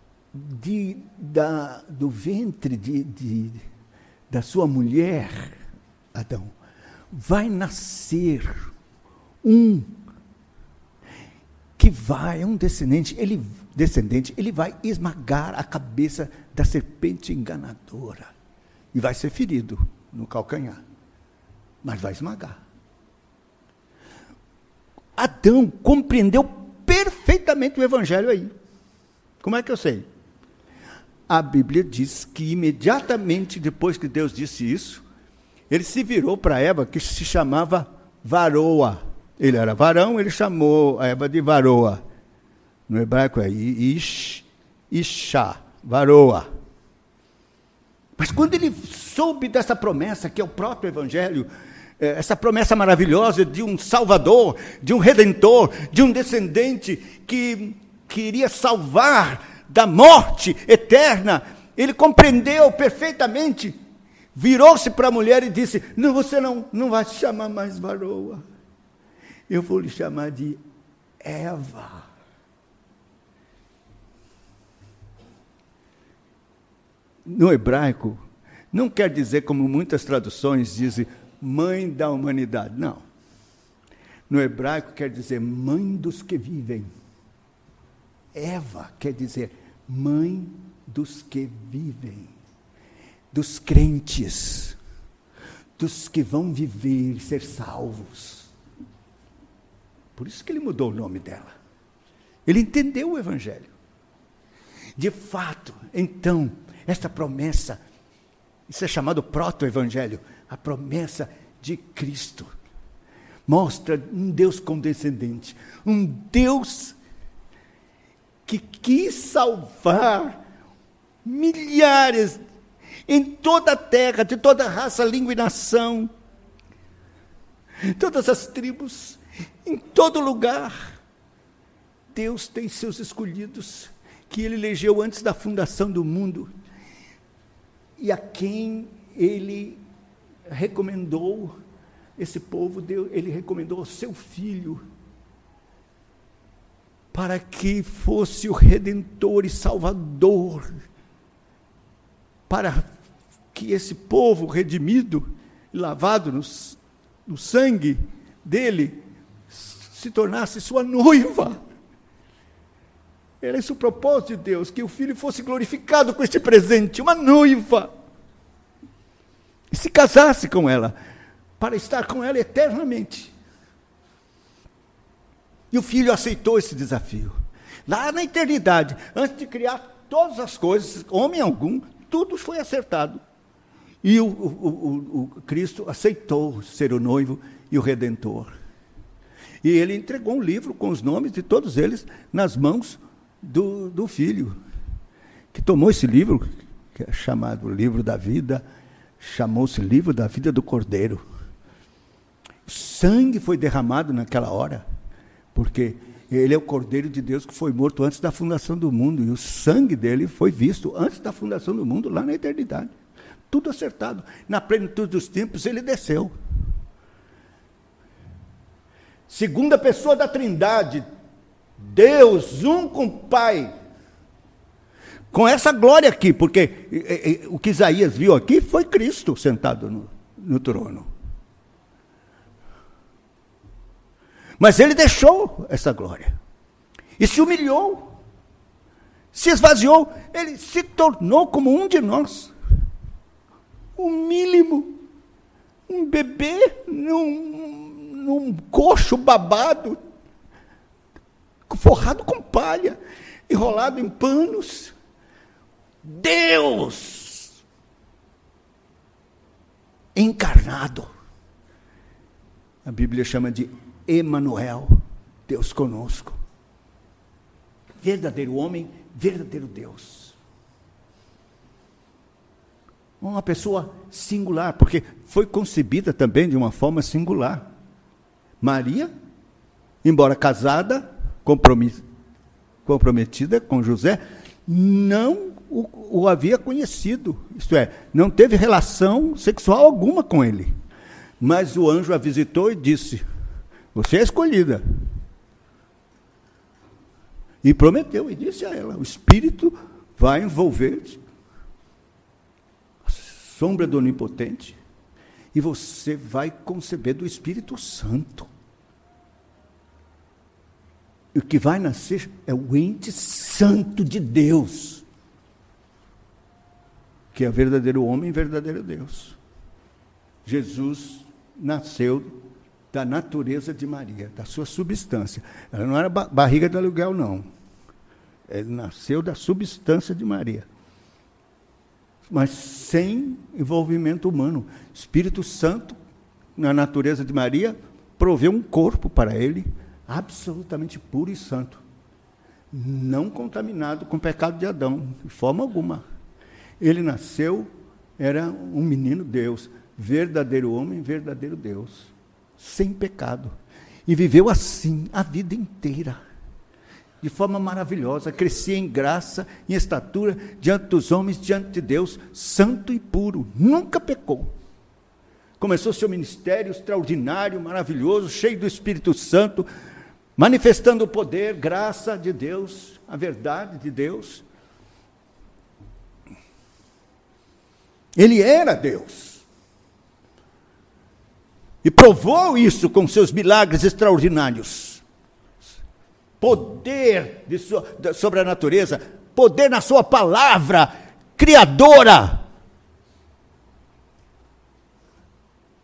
do ventre da sua mulher, Adão, vai nascer um descendente, ele vai esmagar a cabeça da serpente enganadora, e vai ser ferido no calcanhar, mas vai esmagar. Adão compreendeu perfeitamente o evangelho aí. Como é que eu sei? A Bíblia diz que imediatamente depois que Deus disse isso, ele se virou para Eva, que se chamava varoa. Ele era varão, ele chamou a Eva de varoa. No hebraico é Isha, varoa. Mas quando ele soube dessa promessa, que é o próprio evangelho, essa promessa maravilhosa de um Salvador, de um Redentor, de um descendente que iria salvar da morte eterna, ele compreendeu perfeitamente, virou-se para a mulher e disse: não, você não vai se chamar mais varoa, eu vou lhe chamar de Eva. No hebraico, não quer dizer, como muitas traduções dizem, mãe da humanidade, não. No hebraico quer dizer mãe dos que vivem. Eva quer dizer mãe dos que vivem, dos crentes, dos que vão viver e ser salvos. Por isso que ele mudou o nome dela. Ele entendeu o Evangelho. De fato, então, esta promessa, isso é chamado proto-evangelho, a promessa de Cristo, mostra um Deus condescendente, um Deus que quis salvar milhares em toda a terra, de toda raça, língua e nação, todas as tribos, em todo lugar. Deus tem seus escolhidos, que Ele elegeu antes da fundação do mundo, e a quem Ele recomendou, esse povo, Ele recomendou o seu Filho, para que fosse o Redentor e Salvador, para que esse povo redimido, lavado no sangue dele, se tornasse sua noiva. Era esse o propósito de Deus, que o Filho fosse glorificado com este presente, uma noiva, e se casasse com ela, para estar com ela eternamente. E o Filho aceitou esse desafio. Lá na eternidade, antes de criar todas as coisas, homem algum, tudo foi acertado. E o Cristo aceitou ser o noivo e o Redentor. E ele entregou um livro com os nomes de todos eles nas mãos do Filho, que tomou esse livro, que é chamado Livro da Vida, chamou-se Livro da Vida do Cordeiro. O sangue foi derramado naquela hora, porque ele é o Cordeiro de Deus que foi morto antes da fundação do mundo, e o sangue dele foi visto antes da fundação do mundo, lá na eternidade. Tudo acertado. Na plenitude dos tempos, ele desceu. Segunda pessoa da Trindade, Deus, um com o Pai, com essa glória aqui, porque o que Isaías viu aqui foi Cristo sentado no trono. Mas ele deixou essa glória, e se humilhou, se esvaziou, ele se tornou como um de nós, um mínimo, um bebê, num coxo babado, forrado com palha, enrolado em panos. Deus encarnado. A Bíblia chama de Emanuel, Deus conosco. Verdadeiro homem, verdadeiro Deus. Uma pessoa singular, porque foi concebida também de uma forma singular. Maria, embora casada, comprometida com José, não o havia conhecido, isto é, não teve relação sexual alguma com ele. Mas o anjo a visitou e disse: você é escolhida. E prometeu, e disse a ela: o Espírito vai envolver-te, a sombra do Onipotente, e você vai conceber do Espírito Santo. E o que vai nascer é o ente santo de Deus, que é verdadeiro homem e verdadeiro Deus. Jesus nasceu da natureza de Maria, da sua substância. Ela não era barriga de aluguel, não. Ele nasceu da substância de Maria, mas sem envolvimento humano. Espírito Santo, na natureza de Maria, proveu um corpo para ele, absolutamente puro e santo, não contaminado com o pecado de Adão, de forma alguma. Ele nasceu, era um menino Deus, verdadeiro homem, verdadeiro Deus, sem pecado, e viveu assim a vida inteira, de forma maravilhosa, crescia em graça, em estatura, diante dos homens, diante de Deus, santo e puro, nunca pecou. Começou seu ministério extraordinário, maravilhoso, cheio do Espírito Santo, manifestando o poder, graça de Deus, a verdade de Deus. Ele era Deus. E provou isso com seus milagres extraordinários. Poder sobre a natureza, poder na sua palavra criadora.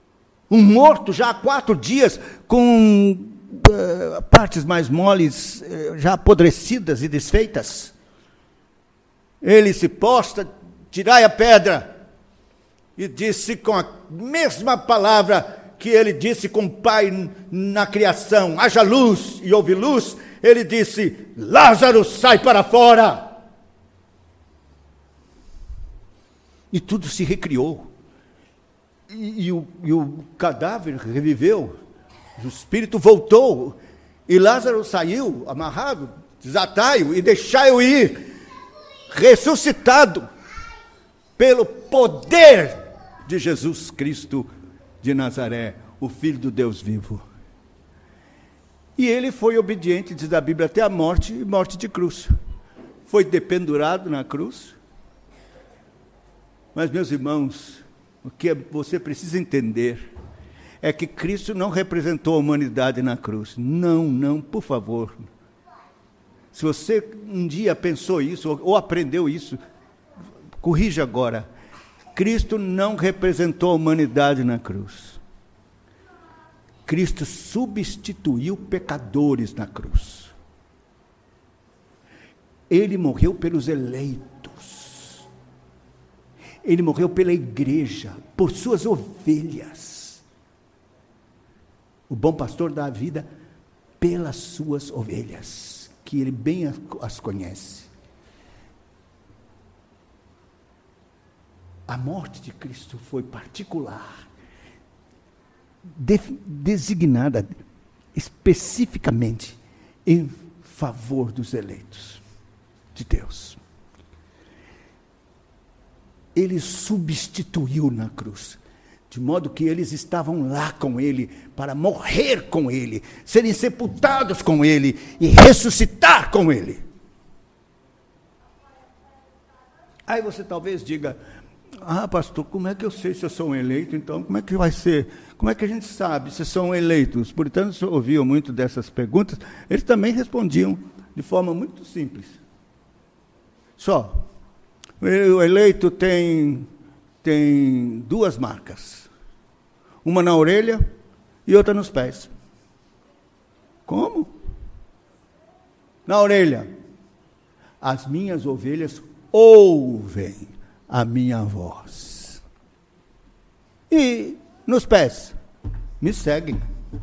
Um morto já há 4 dias, com partes mais moles, já apodrecidas e desfeitas. Ele se posta, tirai a pedra, e disse com a mesma palavra que ele disse com o Pai na criação: haja luz, e houve luz. Ele disse: Lázaro, sai para fora. E tudo se recriou. E o cadáver reviveu, o espírito voltou, e Lázaro saiu amarrado, desatai-o e deixai-o ir, ressuscitado pelo poder de Jesus Cristo de Nazaré, o Filho do Deus vivo. E ele foi obediente, diz a Bíblia, até a morte, e morte de cruz. Foi dependurado na cruz. Mas, meus irmãos, o que você precisa entender é que Cristo não representou a humanidade na cruz. Não, por favor. Se você um dia pensou isso, ou aprendeu isso, corrija agora. Cristo não representou a humanidade na cruz. Cristo substituiu pecadores na cruz. Ele morreu pelos eleitos. Ele morreu pela igreja, por suas ovelhas. O bom pastor dá a vida pelas suas ovelhas, que ele bem as conhece. A morte de Cristo foi particular, designada especificamente em favor dos eleitos de Deus. Ele substituiu na cruz, de modo que eles estavam lá com ele, para morrer com ele, serem sepultados com ele e ressuscitar com ele. Aí você talvez diga: pastor, como é que eu sei se eu sou um eleito? Então, como é que vai ser? Como é que a gente sabe se são eleitos? Os puritanos ouviam muito dessas perguntas, eles também respondiam de forma muito simples. O eleito tem 2 marcas. Uma na orelha e outra nos pés. Como? Na orelha: as minhas ovelhas ouvem a minha voz. E nos pés: me seguem.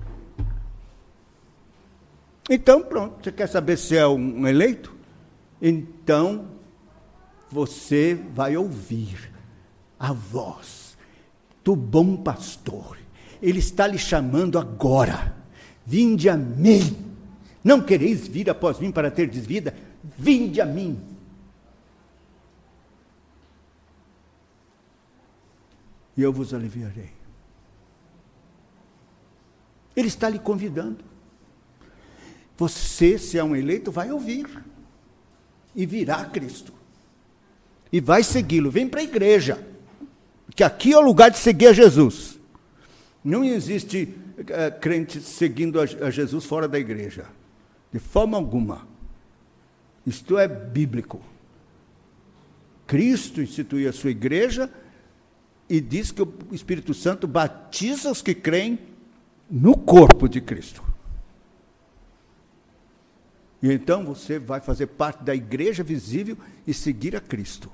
Então, pronto. Você quer saber se é um eleito? Então, você vai ouvir a voz do bom pastor. Ele está lhe chamando agora: vinde a mim. Não quereis vir após mim para terdes vida? Vinde a mim. E eu vos aliviarei. Ele está lhe convidando. Você, se é um eleito, vai ouvir. E virá Cristo. E vai segui-lo. Vem para a igreja. Que aqui é o lugar de seguir a Jesus. Não existe crente seguindo a Jesus fora da igreja. De forma alguma. Isto é bíblico. Cristo instituiu a sua igreja e diz que o Espírito Santo batiza os que creem no corpo de Cristo. E então você vai fazer parte da igreja visível e seguir a Cristo.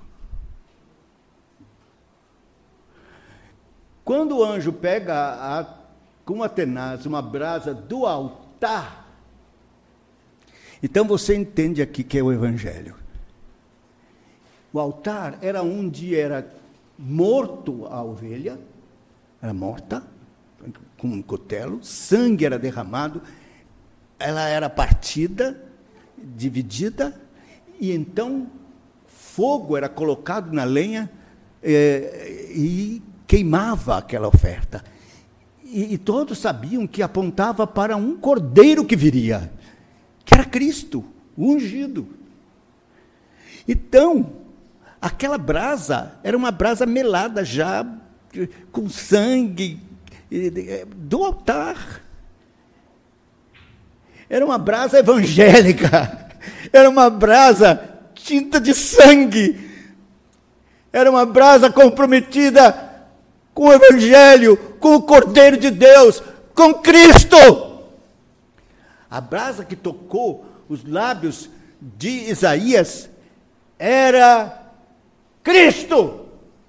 Quando o anjo pega com a tenaz uma brasa do altar, então você entende aqui que é o Evangelho. O altar era onde era morto a ovelha, era morta, com um cutelo, sangue era derramado, ela era partida, dividida, e então fogo era colocado na lenha e queimava aquela oferta. E todos sabiam que apontava para um cordeiro que viria, que era Cristo, o ungido. Então, aquela brasa era uma brasa melada já, com sangue do altar. Era uma brasa evangélica, era uma brasa tinta de sangue, era uma brasa comprometida com o Evangelho, com o Cordeiro de Deus, com Cristo. A brasa que tocou os lábios de Isaías era Cristo.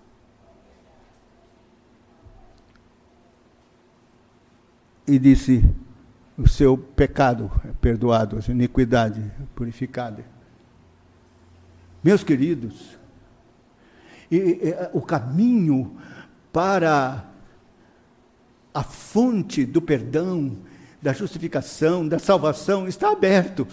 E disse: o seu pecado é perdoado, a sua iniquidade é purificada. Meus queridos, o caminho para a fonte do perdão, da justificação, da salvação está aberto.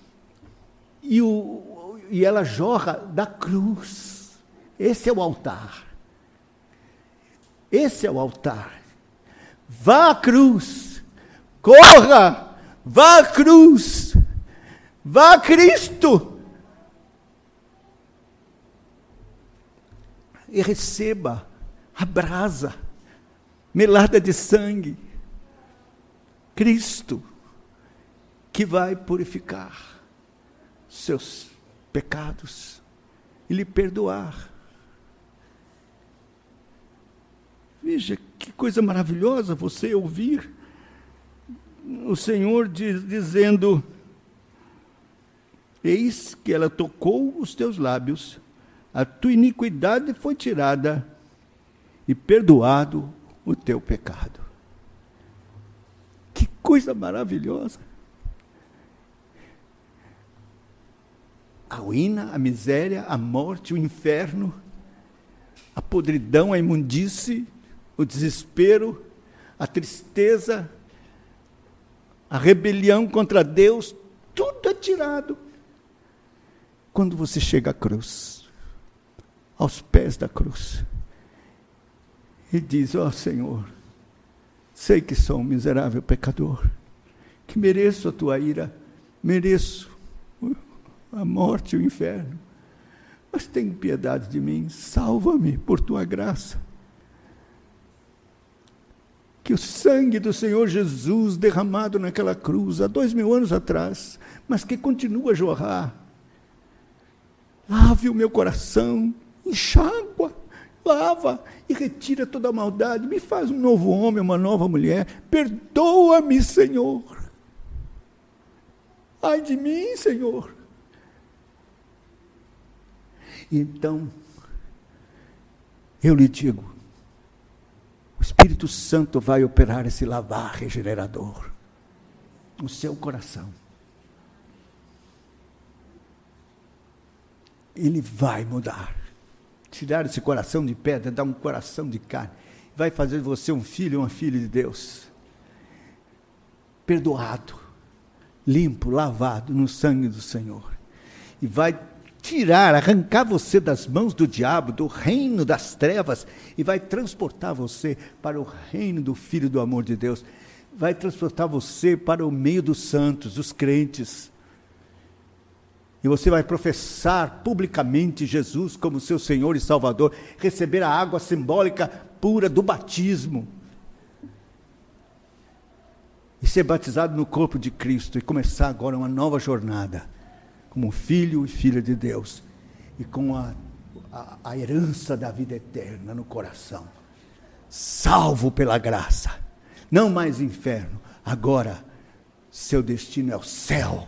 E ela jorra da cruz. Esse é o altar. Esse é o altar. Vá à cruz. Corra! Vá à cruz. Vá a Cristo. E receba a brasa melada de sangue. Cristo, que vai purificar seus pecados e lhe perdoar. Veja que coisa maravilhosa você ouvir o Senhor dizendo: eis que ela tocou os teus lábios, a tua iniquidade foi tirada e perdoado o teu pecado. Que coisa maravilhosa! A ruína, a miséria, a morte, o inferno, a podridão, a imundície, o desespero, a tristeza, a rebelião contra Deus, tudo é tirado quando você chega à cruz, aos pés da cruz, e diz: ó Senhor, sei que sou um miserável pecador, que mereço a tua ira, mereço a morte e o inferno, mas tem piedade de mim, salva-me por tua graça. Que o sangue do Senhor Jesus, derramado naquela cruz, há 2000 anos atrás, mas que continua a jorrar, lave o meu coração, enxágua, lava e retira toda a maldade, me faz um novo homem, uma nova mulher, perdoa-me, Senhor. Ai de mim, Senhor. E então, eu lhe digo, o Espírito Santo vai operar esse lavar regenerador no seu coração. Ele vai mudar, tirar esse coração de pedra, dar um coração de carne, vai fazer de você um filho e uma filha de Deus, perdoado, limpo, lavado no sangue do Senhor, e vai tirar, arrancar você das mãos do diabo, do reino das trevas, e vai transportar você para o reino do Filho do amor de Deus, vai transportar você para o meio dos santos, dos crentes, e você vai professar publicamente Jesus como seu Senhor e Salvador, receber a água simbólica pura do batismo, e ser batizado no corpo de Cristo, e começar agora uma nova jornada, como filho e filha de Deus, e com a herança da vida eterna no coração, salvo pela graça, não mais inferno, agora seu destino é o céu,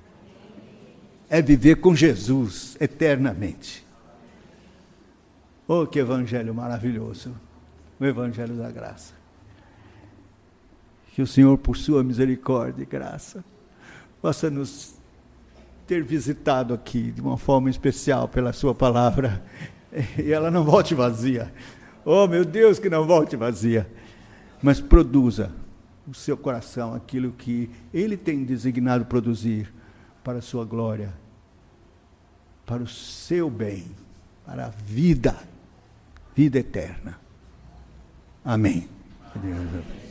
é viver com Jesus eternamente. Oh, que evangelho maravilhoso, o evangelho da graça. Que o Senhor, por sua misericórdia e graça, possa nos ter visitado aqui de uma forma especial pela sua palavra, e ela não volte vazia. Oh, meu Deus, que não volte vazia, mas produza o seu coração aquilo que Ele tem designado produzir para a sua glória, para o seu bem, para a vida eterna. Amém. Deus.